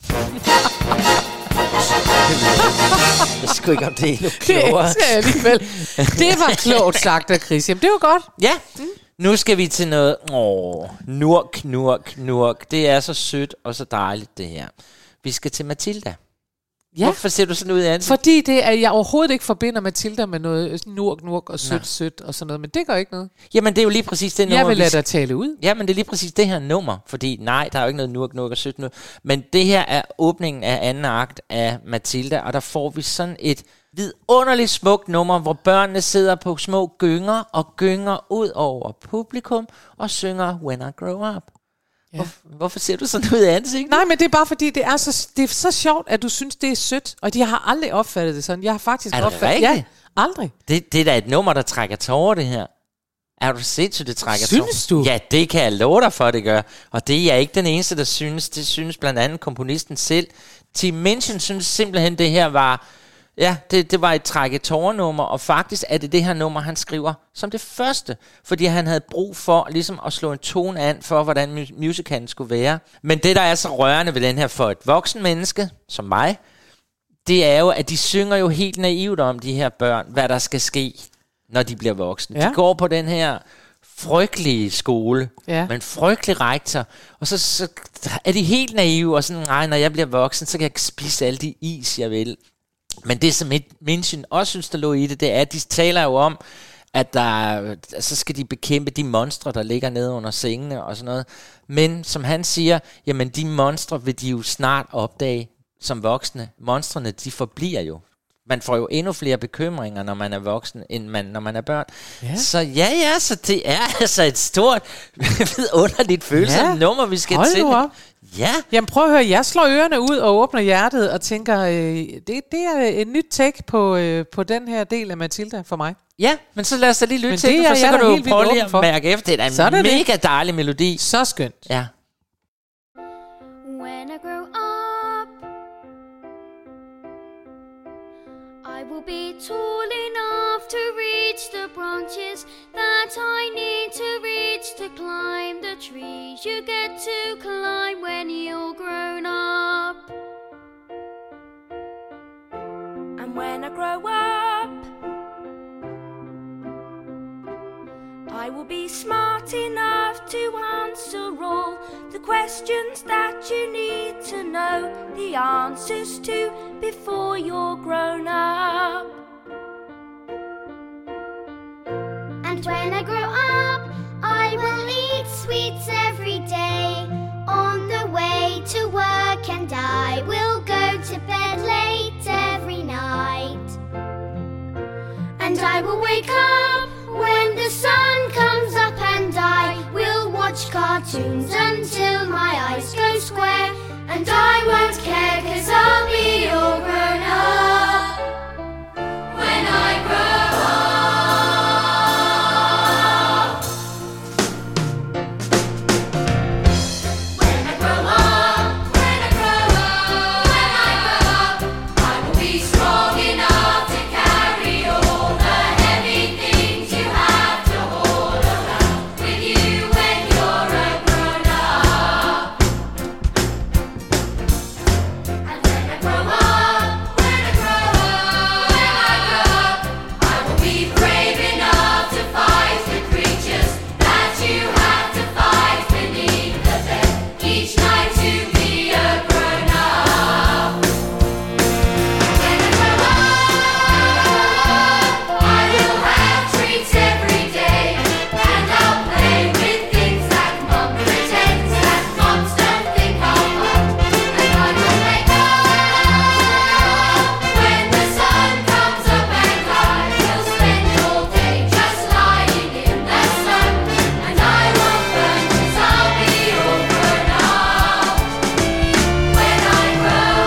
Jeg skal ikke om det endnu klogere. Det skal jeg alligevel. Det var klogt sagt af Chris. Jamen, det var godt. Ja. Mm. Nu skal vi til noget. Åh, nurk, nurk, nurk. Det er så sødt og så dejligt, det her. Vi skal til Matilda. Ja. Hvorfor ser du sådan ud i ansigtet? Fordi det er, jeg overhovedet ikke forbinder Matilda med noget nurk, nurk og sødt, sødt og sådan noget, men det gør ikke noget. Jamen, det er jo lige præcis det nummer. Jeg vil lade dig tale ud. Jamen, det er lige præcis det her nummer, fordi nej, der er jo ikke noget nurk, nurk og sødt nu. Men det her er åbningen af anden akt af Matilda, og der får vi sådan et vidunderligt smukt nummer, hvor børnene sidder på små gynger og gynger ud over publikum og synger When I Grow Up. Ja. Hvorfor, hvorfor ser du sådan ud af ansigtet? Nej, men det er bare fordi, det er, så, det er så sjovt, at du synes, det er sødt. Og de har aldrig opfattet det sådan. Jeg har faktisk er det opfattet rigtigt? Ja, aldrig. Det, det er da et nummer, der trækker tårer, det her. Er du sindssygt, det trækker tårer? Synes du? Ja, det kan jeg love dig for, det gør. Og det er ikke den eneste, der synes. Det synes blandt andet komponisten selv. Tim Minchin synes simpelthen, det her var... Ja, det, det var et trække tårernummer, og faktisk er det det her nummer, han skriver som det første, fordi han havde brug for ligesom at slå en tone an for, hvordan musicalen skulle være. Men det, der er så rørende ved den her for et voksen menneske, som mig, det er jo, at de synger jo helt naivt om de her børn, hvad der skal ske, når de bliver voksne. Ja. De går på den her frygtelige skole, ja. med en frygtelig rektor, og så, så er de helt naive, og sådan, nej, når jeg bliver voksen, så kan jeg spise alle de is, jeg vil. Men det, som Minchin også synes, der lå i det, det er, at de taler jo om, at der, så skal de bekæmpe de monstre, der ligger nede under sengene og sådan noget. Men som han siger, jamen de monstre vil de jo snart opdage som voksne. Monstrene, de forbliver jo. Man får jo endnu flere bekymringer, når man er voksen, end man, når man er børn. Ja. Så ja, ja, så det er altså et stort, underligt følsomt ja. nummer, vi skal Hold til. Nu op. Ja. Jamen prøv at høre, jeg slår ørerne ud og åbner hjertet og tænker, øh, det, det er et nyt take på, øh, på den her del af Matilda for mig. Ja, men så lad os da lige lytte men til den, for så kan du prøve lige at mærke efter. Det er en så er det mega det. dejlig melodi. Så skønt. Ja. When I grow up, I will be tall enough to reach the branches that I need to reach to climb the trees you get to climb when you're grown up. And when I grow up, I will be smart enough to answer all the questions that you need to know the answers to before you're grown up. And when I grow up, I will eat sweets every day. On the way to work, and I will go to bed late every night. And I will wake up when the sun comes up, and I will watch cartoons until my eyes go square. And I won't care, 'cause I'll be all grown up when I grow up. When I grow up, when I grow up, when I grow up, I will be strong enough to carry all the heavy things you have to haul around with you when you're a grown up. And when I grow up, when I grow up, when I grow up, I will be brave enough to fight the creatures that you have to fight beneath the bed each night to be a grown up. When I grow up, I will have treats every day, and I'll play with things that Mum pretends that mums don't think I'll want. And I will wake up when the sun comes up, and I will spend all day just lying in the sun. And I won't burn, 'cause I'll be all grown up when I grow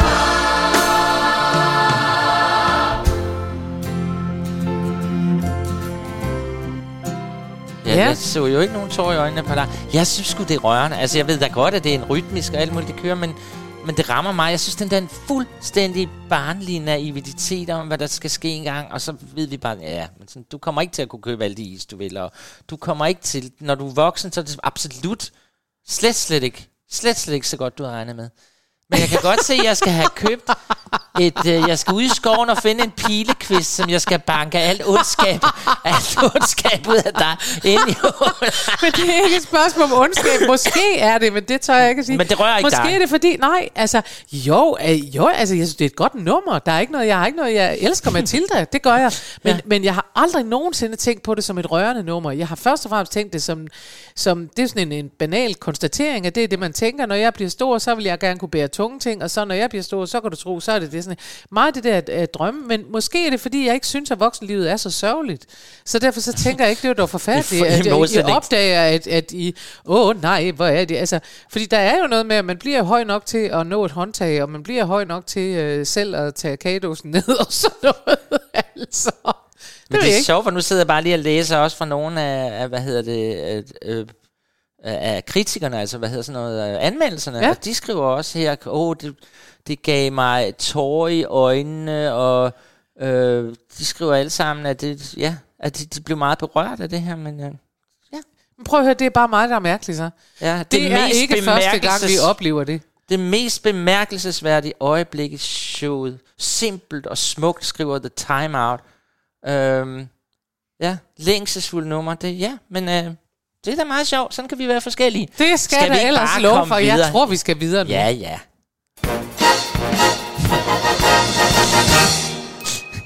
Ja, Ja. jeg så jo ikke nogen tår i øjnene på dig. Jeg synes sgu, det er rørende. Altså, jeg ved da godt, at det er en rytmisk og alt muligt, det kører, men, men det rammer mig. Jeg synes, den der er en fuldstændig barnlig naivitet om, hvad der skal ske engang, og så ved vi bare, ja, men sådan, du kommer ikke til at kunne købe alle de is, du vil, og du kommer ikke til, når du er voksen, så er det absolut slet, slet ikke, slet, slet ikke så godt, du har regnet med. Men jeg kan godt se, at jeg skal have købt et, øh, jeg skal ud i skoven og finde en pilekvist, som jeg skal banke alt ondskab, alt ondskab ud af dig ind i hovedet. Men det er ikke et spørgsmål om ondskab. Måske er det, men det tør jeg ikke at sige. Men det rører ikke Måske dig. er det fordi, nej, altså, jo, øh, jo, altså, jeg synes, det er et godt nummer. Der er ikke noget, jeg har ikke noget, jeg elsker Matilda, det gør jeg. Men, ja. men jeg har aldrig nogensinde tænkt på det som et rørende nummer. Jeg har først og fremmest tænkt det som, som det er sådan en, en banal konstatering, at det er det, man tænker, når jeg bliver stor, så vil jeg gerne kunne bære tunge ting, og så når jeg bliver stor, så kan du tro, så er det det sådan meget det der at, at drømme, men måske er det, fordi jeg ikke synes, at voksenlivet er så sørgeligt. Så derfor så tænker jeg ikke, det er jo dog forfærdeligt, at jeg, jeg opdager, at, at I, åh nej, hvor er det? Altså, fordi der er jo noget med, at man bliver høj nok til at nå et håndtag, og man bliver høj nok til øh, selv at tage kagedåsen ned, og sådan noget, altså. Men det, det er sjovt, for nu sidder jeg bare lige og læser også fra nogle af, af hvad hedder det, øh, af kritikerne, altså hvad hedder sådan noget, anmeldelserne, ja. Og de skriver også her, åh, oh, det, det gav mig tårer i øjnene, og øh, de skriver alle sammen, at det, ja, at de, de blev meget berørt af det her, men øh, ja. Men prøv at høre, det er bare mig, der er mærkeligt så. Ja, det, det er ikke første gang, vi oplever det. Det mest bemærkelsesværdige øjeblik i showet, simpelt og smukt, skriver The Time Out. Øhm, ja, længselsfuldt nummer, det, ja, men øh, det er da meget sjovt, sådan kan vi være forskellige. Det skal, skal der ellers lov for, videre? Jeg tror, vi skal videre nu. Ja, ja.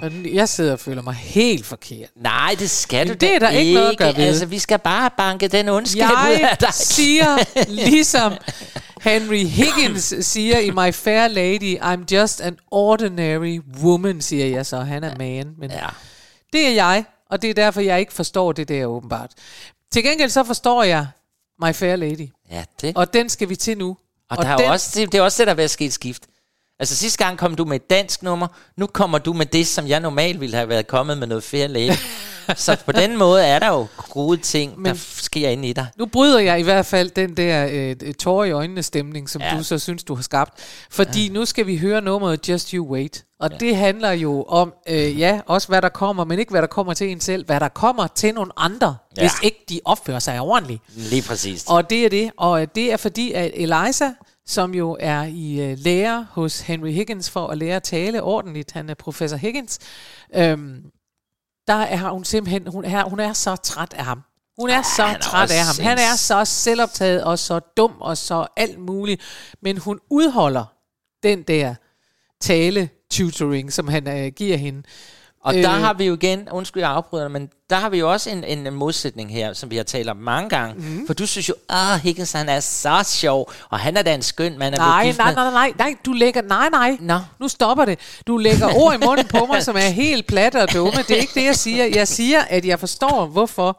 Og jeg sidder og føler mig helt forkert. Nej, det skal Men du det er der ikke noget at gøre ved. Altså, vi skal bare banke den ondskab ud Jeg af dig. siger, ligesom Henry Higgins siger i My Fair Lady, I'm just an ordinary woman, siger jeg så. Han er man. Men Ja. det er jeg, og det er derfor, jeg ikke forstår det der åbenbart. Til gengæld så forstår jeg My Fair Lady. Ja, det. Og den skal vi til nu. Og, og der er den, jo også, det, det er også det, der er ved at ske et skift. Altså sidste gang kom du med et dansk nummer, nu kommer du med det, som jeg normalt ville have været kommet med noget Fair Lady. Så på den måde er der jo gode ting, Men der sker inde i dig. Nu bryder jeg i hvert fald den der øh, tårer i øjnene stemning, som Ja. du så synes, du har skabt. Fordi ja. nu skal vi høre nummeret Just You Wait. Og Ja. det handler jo om, øh, ja, også hvad der kommer, men ikke hvad der kommer til en selv. Hvad der kommer til nogle andre, Ja. hvis ikke de opfører sig ordentligt. Lige præcis. Og det er det. Og det er fordi, at Eliza, som jo er i øh, lære hos Henry Higgins for at lære at tale ordentligt, han er professor Higgins, øhm, der er hun simpelthen, hun er, hun er så træt af ham. Hun er så han er træt af ham. også Han er en- så selvoptaget og så dum og så alt muligt. Men hun udholder den der tale-tutoring, som han øh, giver hende. Og der Øh. har vi jo igen, undskyld jeg afbryder, men der har vi jo også en, en, en modsætning her, som vi har talt om mange gange. Mm. For du synes jo, ah, Higgins, han er så sjov, og han er da en skøn mand. Nej, nej, nej, nej, nej, du lægger, nej, nej, Nå. nu stopper det. Du lægger ord i munden på mig, som er helt platte og dumme. Det er ikke det, jeg siger. Jeg siger, at jeg forstår, hvorfor.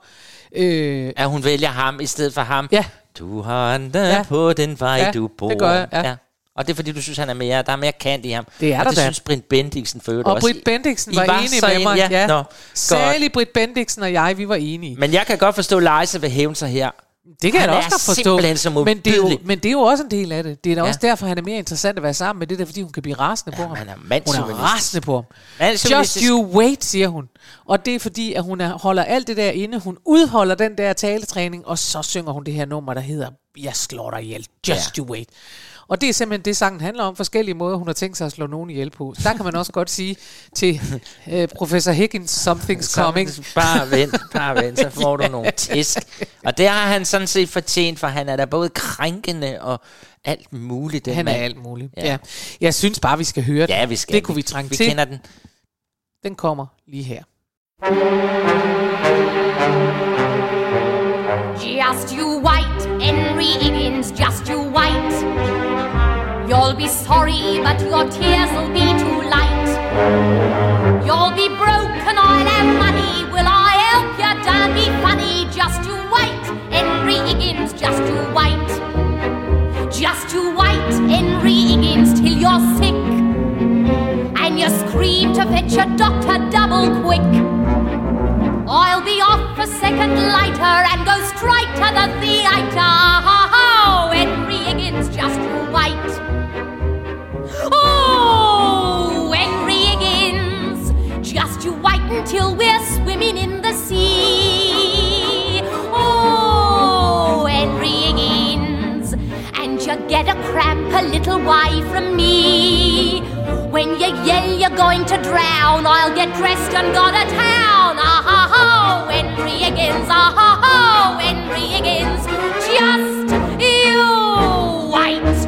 Øh, At hun vælger ham i stedet for ham. Ja. Du har andre Ja. ja. på den vej, Ja, du bor. det gør jeg, ja. Og det er fordi, du synes, han er mere, der er mere kant i ham. Det er og der det da. synes Britt Bendiksen for øvrigt og også. Britt Bendiksen I var, var enig så med en- mig. ja, Ja. nå, Særlig Britt Bendiksen og jeg, vi var enige. Men jeg kan godt forstå, at Leise vil hævne sig her. Det kan Han jeg da er også godt forstå. simpelthen så Men det, er jo, modbydelig. men det er jo også en del af det. Det er da Ja. også derfor, han er mere interessant at være sammen med. Det er da, fordi hun kan blive rasende på ham. han er Hun er mandsjuvenistisk. rasende på ham. Just Mandsjuvenistisk. you wait, siger hun. Og det er fordi, at hun er, holder alt det der inde. Hun udholder den der taletræning, og så synger hun det her nummer, der hedder Jeg slår dig ihjel. Just Ja. you wait. Og det er simpelthen det, sangen handler om. Forskellige måder, hun har tænkt sig at slå nogen ihjel på. Så der kan man også godt sige til øh, professor Higgins, something's coming. Bare vent, bare vent, så får du nogle tisk. Og det har han sådan set fortjent, for han er da både krænkende og alt muligt. Den Han er mand. alt muligt. Ja. Ja. Jeg synes bare, vi skal høre den. Ja, vi skal. Det kunne vi trænge vi til. Vi kender den. Den kommer lige her. Just you wait, Henry Higgins, just you wait. You'll be sorry, but your tears will be too light. You'll be broke and I'll have money. Will I help you? Don't be funny. Just you wait, Henry Higgins, just you wait. Just you wait, Henry Higgins, till you're sick. And you scream to fetch a doctor double quick. I'll be off a second later and go straight to the theatre. Oh, Henry Higgins, just you wait. Oh, Henry Higgins, just you wait until we're swimming in the sea. Oh, Henry Higgins, and you get a cramp a little way from me. When you yell you're going to drown, I'll get dressed and go to town. Ah-ha-ho, Henry Higgins, ah-ha-ho, Henry Higgins, just you wait.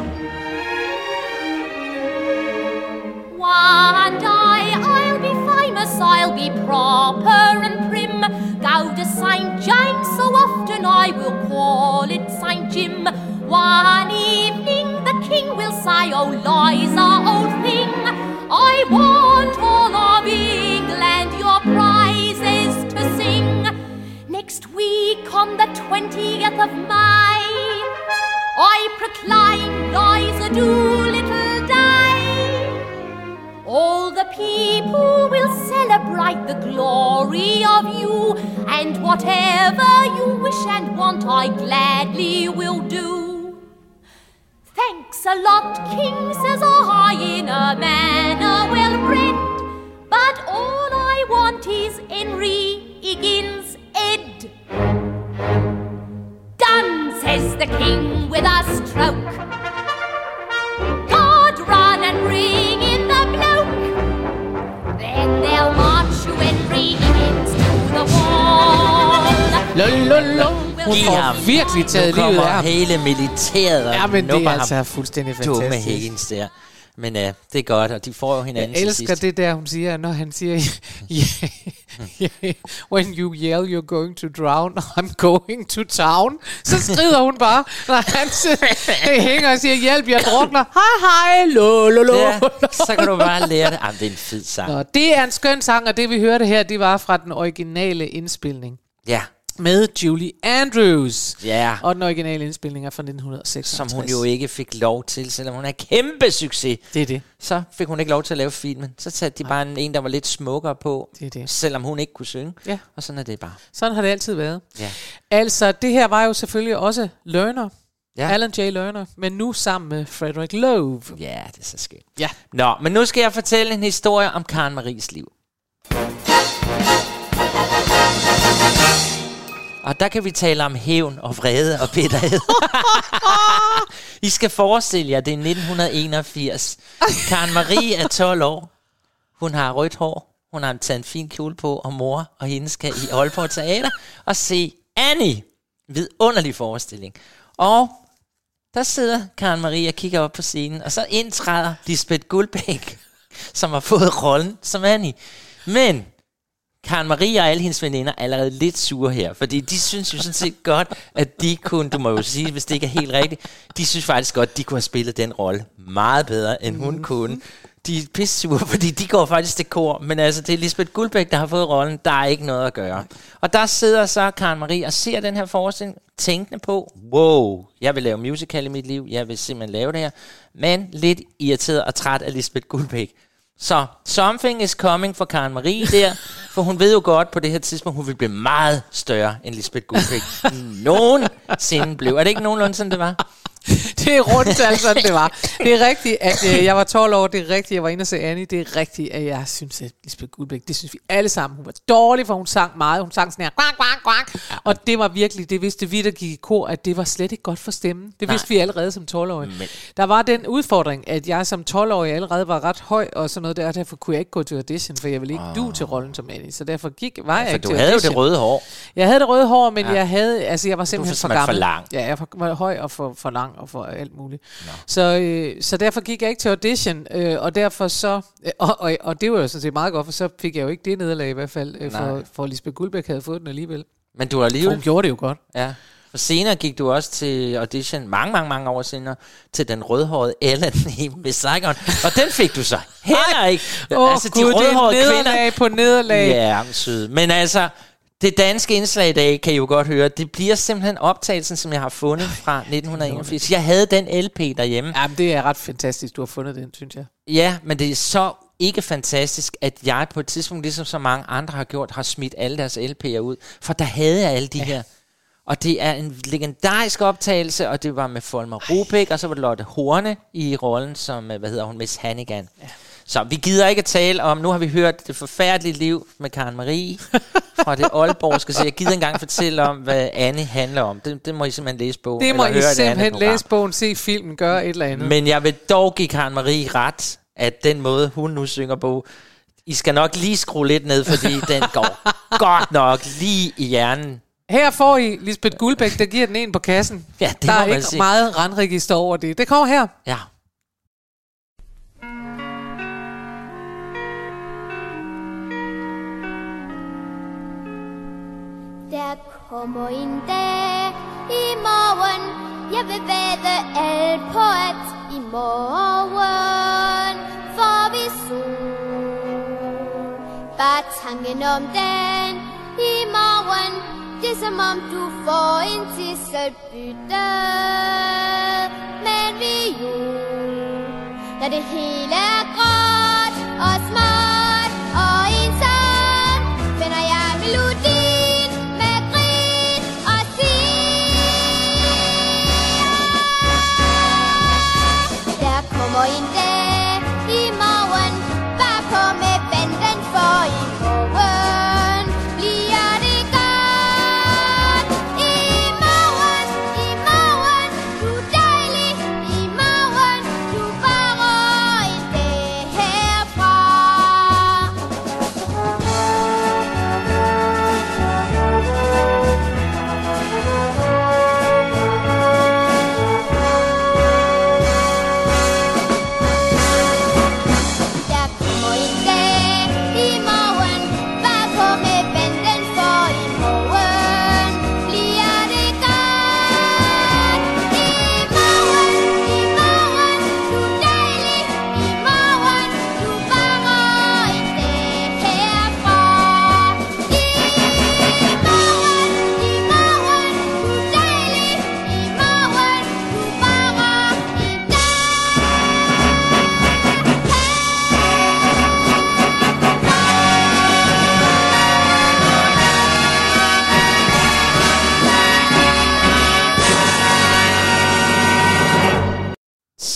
One day I'll be famous, I'll be proper and prim. Go to Saint James so often I will call it Saint Jim. One evening the king will say, oh Liza, old thing, I want all of England your praises to sing. Next week on the twentieth of May, I proclaim Liza Doolittle Day. All the people will celebrate the glory of you, and whatever you wish and want I gladly will do. Thanks a lot, King, says I in a manner well bred, but all I want is Henry Higgins' head. Done, says the King with a stroke. God, run and bring in the bloke. Then they'll march you Henry Higgins to the wall. Lololol. Hun Giv får ham. virkelig taget Nu livet af kommer ham. hele militæret og Ja, men det nupper er ham. altså fuldstændig Dumme fantastisk. Higgins der. Men uh, det er godt, og de får jo hinanden Jeg til elsker sidst. det der, hun siger, når han siger, yeah, yeah, when you yell, you're going to drown, I'm going to town. Så skrider hun bare, når han siger, hænger og siger, hjælp, jeg drukner. Hej, hej, lo, lo, lo. Ja, så kan du bare lære det. Jamen, det er en fed sang. Nå, det er en skøn sang, og det vi hørte her, det var fra den originale indspilning. Ja. Med Julie Andrews. Ja. Og den originale indspilning er fra nitten seksoghalvtreds. Som hun jo ikke fik lov til, selvom hun er kæmpe succes. Det er det. Så fik hun ikke lov til at lave filmen. Så satte de bare en, en, der var lidt smukkere på, det er det. selvom hun ikke kunne synge. Ja. Og sådan er det bare. Sådan har det altid været. Ja. Altså, det her var jo selvfølgelig også Lerner. Ja. Alan J. Lerner, men nu sammen med Frederick Lowe. Ja, det er så skønt. Ja. Nå, men nu skal jeg fortælle en historie om Karen Maries liv. Og der kan vi tale om hævn og vrede og bitterhed. I skal forestille jer, det er nitten enogfirs. Karen Marie er tolv år. Hun har rødt hår. Hun har taget en fin kjole på, og mor og hende skal i Aalborg Teater og se Annie. Vidunderlig forestilling. Og der sidder Karen Marie og kigger op på scenen, og så indtræder Lisbeth Guldbæk, som har fået rollen som Annie. Men Karen Marie og alle hendes veninder er allerede lidt sure her, fordi de synes jo sådan set godt, at de kunne, du må jo sige, hvis det ikke er helt rigtigt, de synes faktisk godt, at de kunne have spillet den rolle meget bedre, end hun kunne. De er pisse sure, fordi de går faktisk til kor, men altså det er Lisbeth Guldbæk, der har fået rollen, der er ikke noget at gøre. Og der sidder så Karen Marie og ser den her forestilling, tænkende på, wow, jeg vil lave musical i mit liv, jeg vil simpelthen lave det her, men lidt irriteret og træt af Lisbeth Guldbæk. Så something is coming for Karen Marie der, for hun ved jo godt på det her tidspunkt, hun vil blive meget større end Lisbeth Guldbæk nogensinde blev. Er det ikke nogenlunde sådan, det var? Det er rundt, altså det var. Det er rigtigt, at øh, jeg var tolv år, det er rigtigt, jeg var inde og se Annie, det er rigtigt, at jeg synes, at Lisbeth Guldbæk, det synes vi alle sammen, hun var dårlig, for hun sang meget, hun sang sådan her, quack, quack, quack, og det var virkelig, det vidste vi, der gik i kor, at det var slet ikke godt for stemmen. Det vidste Nej. vi allerede som tolv-årige. Men. Der var den udfordring, at jeg som tolv-årig allerede var ret høj, og sådan noget der, og derfor kunne jeg ikke gå til audition, for jeg ville ikke oh. du til rollen som Annie, så derfor gik, var ja, jeg ikke til audition. Du havde jo det røde hår. Jeg havde det røde hår, men ja. jeg havde, altså jeg var simpelthen for gammel. For lang. Ja, jeg var høj og for, for lang og for alt muligt. No. Så, øh, så derfor gik jeg ikke til audition, øh, og derfor så, øh, og, og, og det var jo sådan set meget godt, for så fik jeg jo ikke det nederlag i hvert fald, øh, for, for Lisbeth Guldbæk havde fået den alligevel. Men du har alligevel... Hun gjorde det jo godt. Ja. Og senere gik du også til audition, mange, mange, mange år senere, til den rødhårede Ellen i Miss Saigon. Og den fik du så heller ikke. Åh oh, altså, de Gud, rødhårede det er nederlag kvinder, på nederlag. Ja, sød. Men altså... Det danske indslag i dag, kan I jo godt høre, det bliver simpelthen optagelsen, som jeg har fundet fra nitten enogfirs. Jeg havde den L P derhjemme. Jamen, det er ret fantastisk, du har fundet den, synes jeg. Ja, men det er så ikke fantastisk, at jeg på et tidspunkt, ligesom så mange andre har gjort, har smidt alle deres L P'er ud. For der havde jeg alle de ja. her. Og det er en legendarisk optagelse, og det var med Folmer Rubæk, og så var det Lotte Horne i rollen som, hvad hedder hun, Miss Hannigan. Ja. Så vi gider ikke at tale om, nu har vi hørt det forfærdelige liv med Karen Marie fra det Aalborgske, så jeg gider engang fortælle om, hvad Annie handler om. Det, det må I simpelthen læse bogen. Det må I simpelthen læse bogen, se filmen, gøre et eller andet. Men jeg vil dog give Karen Marie ret, at den måde, hun nu synger på, I skal nok lige skrue lidt ned, fordi den går godt nok lige i hjernen. Her får I Lisbeth Guldbæk, der giver den en på kassen. Ja, det der er ikke ikke meget randregister over det. Det kommer her. Ja. Der kommer en dag i morgen, jeg vil vade alt på at i morgen får vi sol. Bare tanken om den i morgen, det er som om du får en tisselbytte. Men vi jul, når det hele er gråt og småt og ensomt, finder jeg melodi. Kommer en dag i morgen, bare på med banden, for i morgen bliver det godt. I morgen, i morgen, du er dejlig. I morgen, du er bare en dag herfra.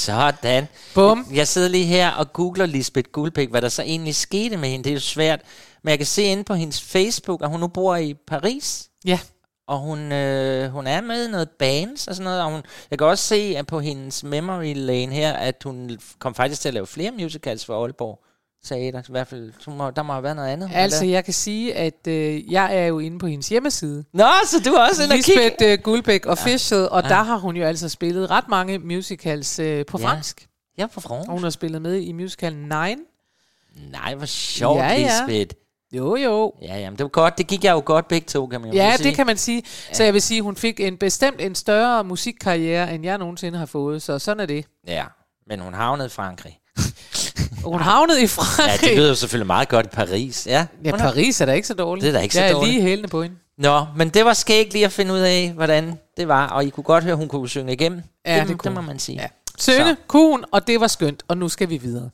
Sådan. Bum. Jeg sidder lige her og googler Lisbeth Guldbæk, hvad der så egentlig skete med hende. Det er jo svært. Men jeg kan se inde på hendes Facebook, at hun nu bor i Paris. Ja. Og hun, øh, hun er med i noget bands og sådan noget. Og hun, jeg kan også se at på hendes memory lane her, at hun kom faktisk til at lave flere musicals for Aalborg Teater. I hvert fald, må, der må have været noget andet. Altså, jeg kan sige, at øh, jeg er jo inde på hendes hjemmeside. Nå, så du er også inde og kigge? Lisbeth uh, Guldbæk Official, ja. og Ja. der har hun jo altså spillet ret mange musicals øh, på Ja. fransk. Ja, på fransk. Og hun har spillet med i musicalen Nine. Nej, hvor sjovt, Ja, ja. Lisbeth. Jo, jo. Ja, jamen, det var godt. Det gik jeg jo godt begge to, kan man jo Ja, sige. det kan man sige. Så jeg vil sige, hun fik en bestemt en større musikkarriere, end jeg nogensinde har fået. Så sådan er det. Ja, men hun havnede i Frankrig. Hun havnede i Frankrig. Ja, det lyder jo selvfølgelig meget godt i Paris. Ja, Ja, hun har- Paris er da ikke så dårligt. Det er da ikke så jeg er dårligt. lige hælende på hende. Nå, men det var skægt lige at finde ud af, hvordan det var. Og I kunne godt høre, at hun kunne synge igennem. Ja, det, det kunne det må hun. man sige. Ja. Synge, kunne hun, og det var skønt. Og nu skal vi videre.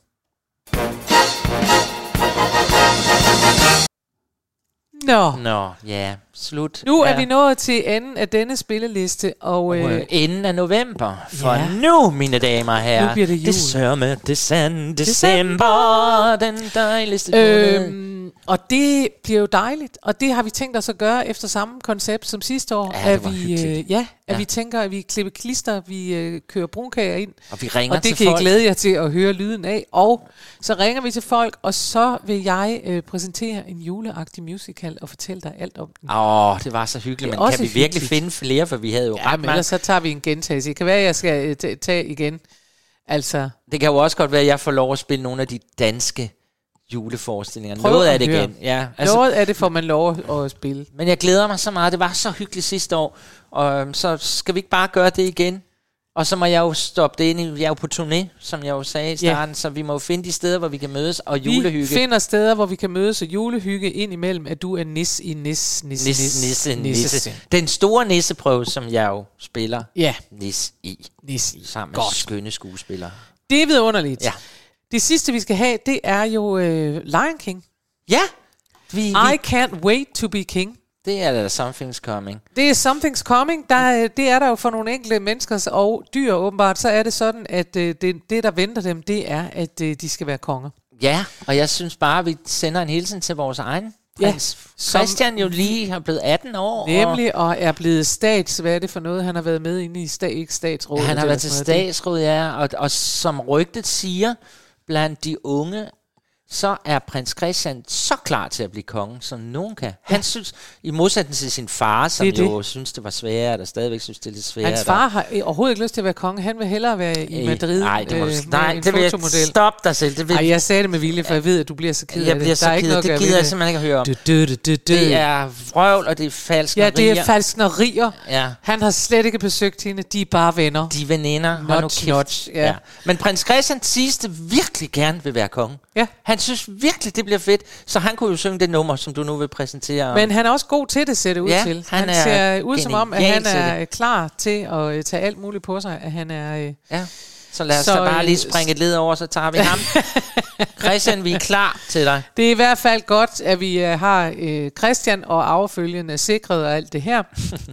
Nå. Nå, ja, slut. Nu er ja. vi nået til enden af denne spilleliste, og øh, Øh, Enden af november. For Ja. nu, mine damer og herrer, Nu bliver det jul. det sørme, det sand, december, den dejligste måned. øhm, og det bliver jo dejligt, og det har vi tænkt os at gøre efter samme koncept som sidste år. Ja, det at var vi, hyggeligt. øh, ja, at Ja. vi tænker, at vi klipper klister, vi øh, kører brunkager ind, Og vi ringer og det til kan folk. I glæde jer til at høre lyden af. Og så ringer vi til folk, og så vil jeg øh, præsentere en juleagtig musical og fortælle dig alt om den. Åh, oh, det var så hyggeligt, Det er men også kan vi virkelig hyggeligt. finde flere, for vi havde jo Ja, ret men mange. ellers så tager vi en gentagelse. Det kan være, at jeg skal øh, ta- tage igen. Altså, Det kan jo også godt være, at jeg får lov at spille nogle af de danske juleforestillinger. Prøv Noget at af det høre. igen. Ja, altså, noget af det får man lov at, at spille. Men jeg glæder mig så meget. Det var så hyggeligt sidste år. Og øhm, så skal vi ikke bare gøre det igen? Og så må jeg jo stoppe det ind i... Jeg er jo på turné, som jeg jo sagde i starten. Ja. Så vi må jo finde de steder, hvor vi kan mødes og julehygge. Vi finder steder, hvor vi kan mødes og julehygge ind imellem, at du er nis i nis, nis, Nis, nis, nisse, nisse. nisse. Den store nisseprøve, som jeg jo spiller Ja. nis i. Nis i. Sammen med Godt. skønne skuespillere. Det er vidunderligt. Ja. Det sidste, vi skal have, det er jo øh, Lion King. Ja. Vi, I vi, can't wait to be king. det er da Something's Coming. Det er Something's Coming. Der, er- det er der jo for nogle enkelte mennesker og dyr åbenbart. Så er det sådan, at øh, det, det, der venter dem, det er, at øh, de skal være konger. Ja, og jeg synes bare, at vi sender en hilsen til vores egen Ja, prins. Christian jo lige har blevet atten år. Nemlig, og er blevet stats... Hvad er det for noget, han har været med inde i stat, ikke statsrådet? Og han har eller været til sådan noget. statsråd, ja. Og, og som rygtet siger, blandt de unge, så er prins Christian så klar til at blive konge, som nogen kan. Han synes, i modsætning til sin far, som Det er jo det. synes, det var svært, og stadigvæk synes, det er lidt svært. Hans far har overhovedet ikke lyst til at være konge. Han vil hellere være i Madrid Nej, det må øh, du, med nej, en det vil jeg fotomodel. stop dig selv. Det vil, Ej, jeg sagde det med vilje, for jeg ved, at du bliver så ked jeg af bliver det. så Der er ikke ked. noget Det at gøre gider ved jeg simpelthen ikke at høre om. Du, du, du, du, du. Det er vrøvl, og det er falsknerier. Ja, det er falsknerier. Ja. Han har slet ikke besøgt hende. De er bare venner. De er veninder. Hold nu Notch, kæft. notch, ja. Ja. Men prins Christian sidste virkelig gerne vil være konge. Ja. Han synes virkelig, det bliver fedt. Så han kunne jo synge det nummer, som du nu vil præsentere. Men han er også god til det, ser det ud Ja, til. han Han, er ser ud som om, at genial han til er det. klar til at øh, tage alt muligt på sig. At han er... øh, Ja. Så lad os Så, så, da bare lige øh, springe et led over, så tager vi ham. Christian, vi er klar til dig. Det er i hvert fald godt, at vi øh, har øh, Christian og arvefølgen er sikret og alt det her.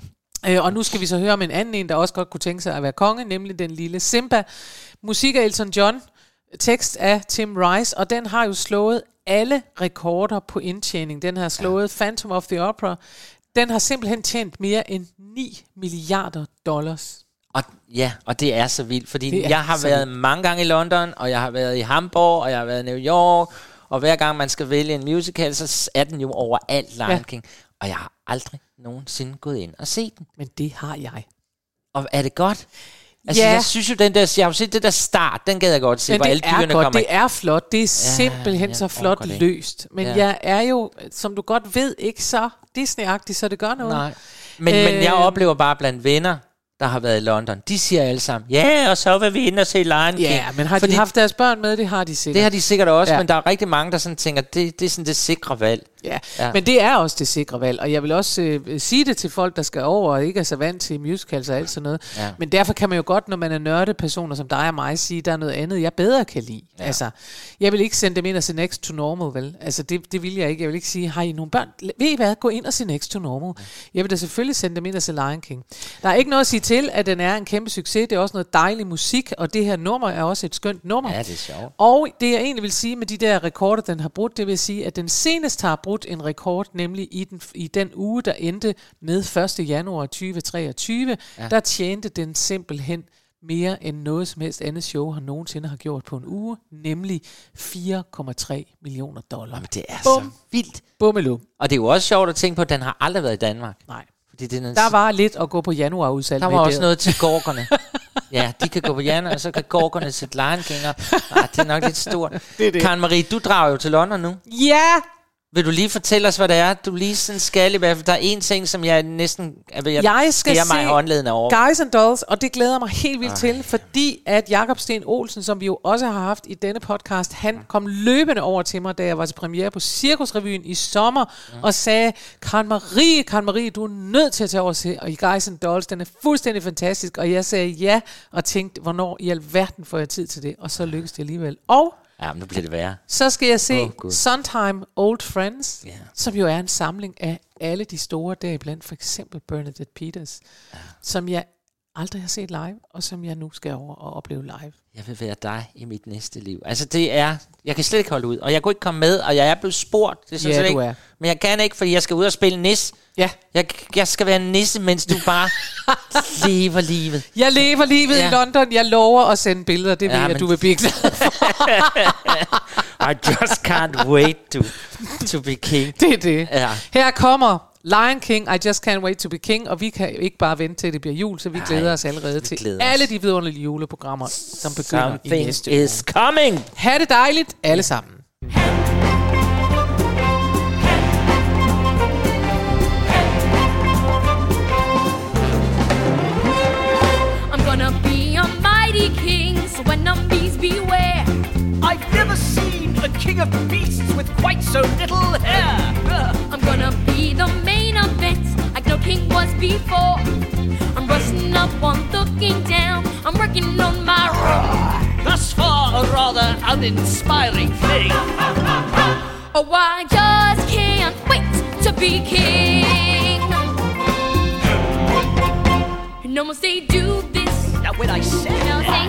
øh, og nu skal vi så høre om en anden en, der også godt kunne tænke sig at være konge, nemlig den lille Simba. Musik af Elton John, tekst af Tim Rice, og den har jo slået alle rekorder på indtjening. Den har slået ja. Phantom of the Opera. Den har simpelthen tjent mere end ni milliarder dollars. Og, ja, og det er så vildt, fordi Det er jeg har så været vildt. mange gange i London, og jeg har været i Hamburg, og jeg har været i New York, og hver gang man skal vælge en musical, så er den jo overalt, Lion Ja. King. Og jeg har aldrig nogensinde gået ind og set den. Men det har jeg. Og er det godt? Altså, Ja. jeg synes jo, den der, jeg har jo set det der start, den gad jeg godt se, Men hvor alle det er dyrene godt, kommer det er flot, det er simpelthen jeg så flot orker det. løst. Men Ja. jeg er jo, som du godt ved, ikke så Disney-agtig, så det gør noget. Nej. Men, øh, men jeg oplever bare blandt venner, der har været i London, de siger alle sammen, ja, yeah, og så vil vi ind og se Lion King. Ja, men har Fordi de haft deres børn med? Det har de sikkert. det har de sikkert også, Ja. ja. Men der er rigtig mange, der sådan tænker, det, det er sådan det sikre valg. Ja. Ja. Men det er også det sikre valg, og jeg vil også øh, sige det til folk, der skal over og ikke er så vant til musicals og alt sådan noget. Ja. Men derfor kan man jo godt, når man er nørdepersoner som dig og mig, sige, der er noget andet, jeg bedre kan lide. Ja. Altså, jeg vil ikke sende dem ind og se Next to Normal, vel? Altså, det, det vil jeg ikke. Jeg vil ikke sige, har I nogle børn? Ved I hvad? Gå ind og se Next to Normal. Ja. Jeg vil da selvfølgelig sende dem ind og se Lion King. Der er ikke noget at sige til, at den er en kæmpe succes. Det er også noget dejlig musik, og det her nummer er også et skønt nummer. Ja, det er sjovt. Og det jeg egentlig vil sige med de der rekorder, den har brudt, det vil sige, at den senest har brudt en rekord, nemlig i den, i den uge, der endte med første januar tyve treogtyve. Ja. Der tjente den simpelthen mere end noget som helst andet show har nogensinde har gjort på en uge, nemlig fire komma tre millioner dollar. Jamen, det er Bum. så vildt. Bummelum. Og det er jo også sjovt at tænke på, at den har aldrig været i Danmark. Nej. Fordi det er noget Der var lidt at gå på januarudsalg. Der var også noget til gorkerne. Ja, de kan gå på januar, og så kan gorkerne sætte Lion King. Ah, det er nok lidt stort. Det er det. Karen Marie, du drager jo til London nu. Ja! Vil du lige fortælle os, hvad det er? Du lige sådan skal i hvert fald. Der er en ting, som jeg næsten... Jeg, jeg, jeg skal se mig håndledende over. Guys and Dolls, og det glæder mig helt vildt Ej. til, fordi at Jakob Sten Olsen, som vi jo også har haft i denne podcast, han kom løbende over til mig, da jeg var til premiere på Cirkusrevyen i sommer, mm. og sagde, Karen Marie, Karen Marie, du er nødt til at tage over til, og i Guys and Dolls, den er fuldstændig fantastisk, og jeg sagde ja, og tænkte, hvornår i alverden får jeg tid til det, og så lykkedes det alligevel. Og ja, men nu bliver det værre. så skal jeg se Oh, Sondheim Old Friends, Yeah. som jo er en samling af alle de store deriblandt, for eksempel Bernadette Peters, ja. som jeg aldrig har set live, og som jeg nu skal over og opleve live. Jeg vil være dig i mit næste liv. Altså det er... Jeg kan slet ikke holde ud, og jeg kunne ikke komme med, og jeg er blevet spurgt. Det er sådan Ja, set du ikke, er. Men jeg kan ikke, fordi jeg skal ud og spille nis. Ja. Jeg, jeg skal være en nisse, mens du bare lever livet. Jeg lever livet Ja. i London. Jeg lover at sende billeder. Det Ja, ved jeg, men- du vil blive glad for. I just can't wait to, to be king. Det er det. Ja. Her kommer Lion King, I Just Can't Wait to Be King, og vi kan jo ikke bare vente til, det bliver jul, så vi Nej, glæder os allerede til glæder alle os. de vidunderlige juleprogrammer, som begynder i Something næste uge. is coming. Ha' det dejligt, alle sammen. I'm gonna be a mighty king, so when the beasts beware. I've never seen a king of beasts with quite so little hair. I'm gonna be the main event, like no king was before. I'm rushing up on looking down, I'm working on my Thus far, a rather uninspiring thing. Oh, I just can't wait to be king. No more say do this. Now, when I said Now say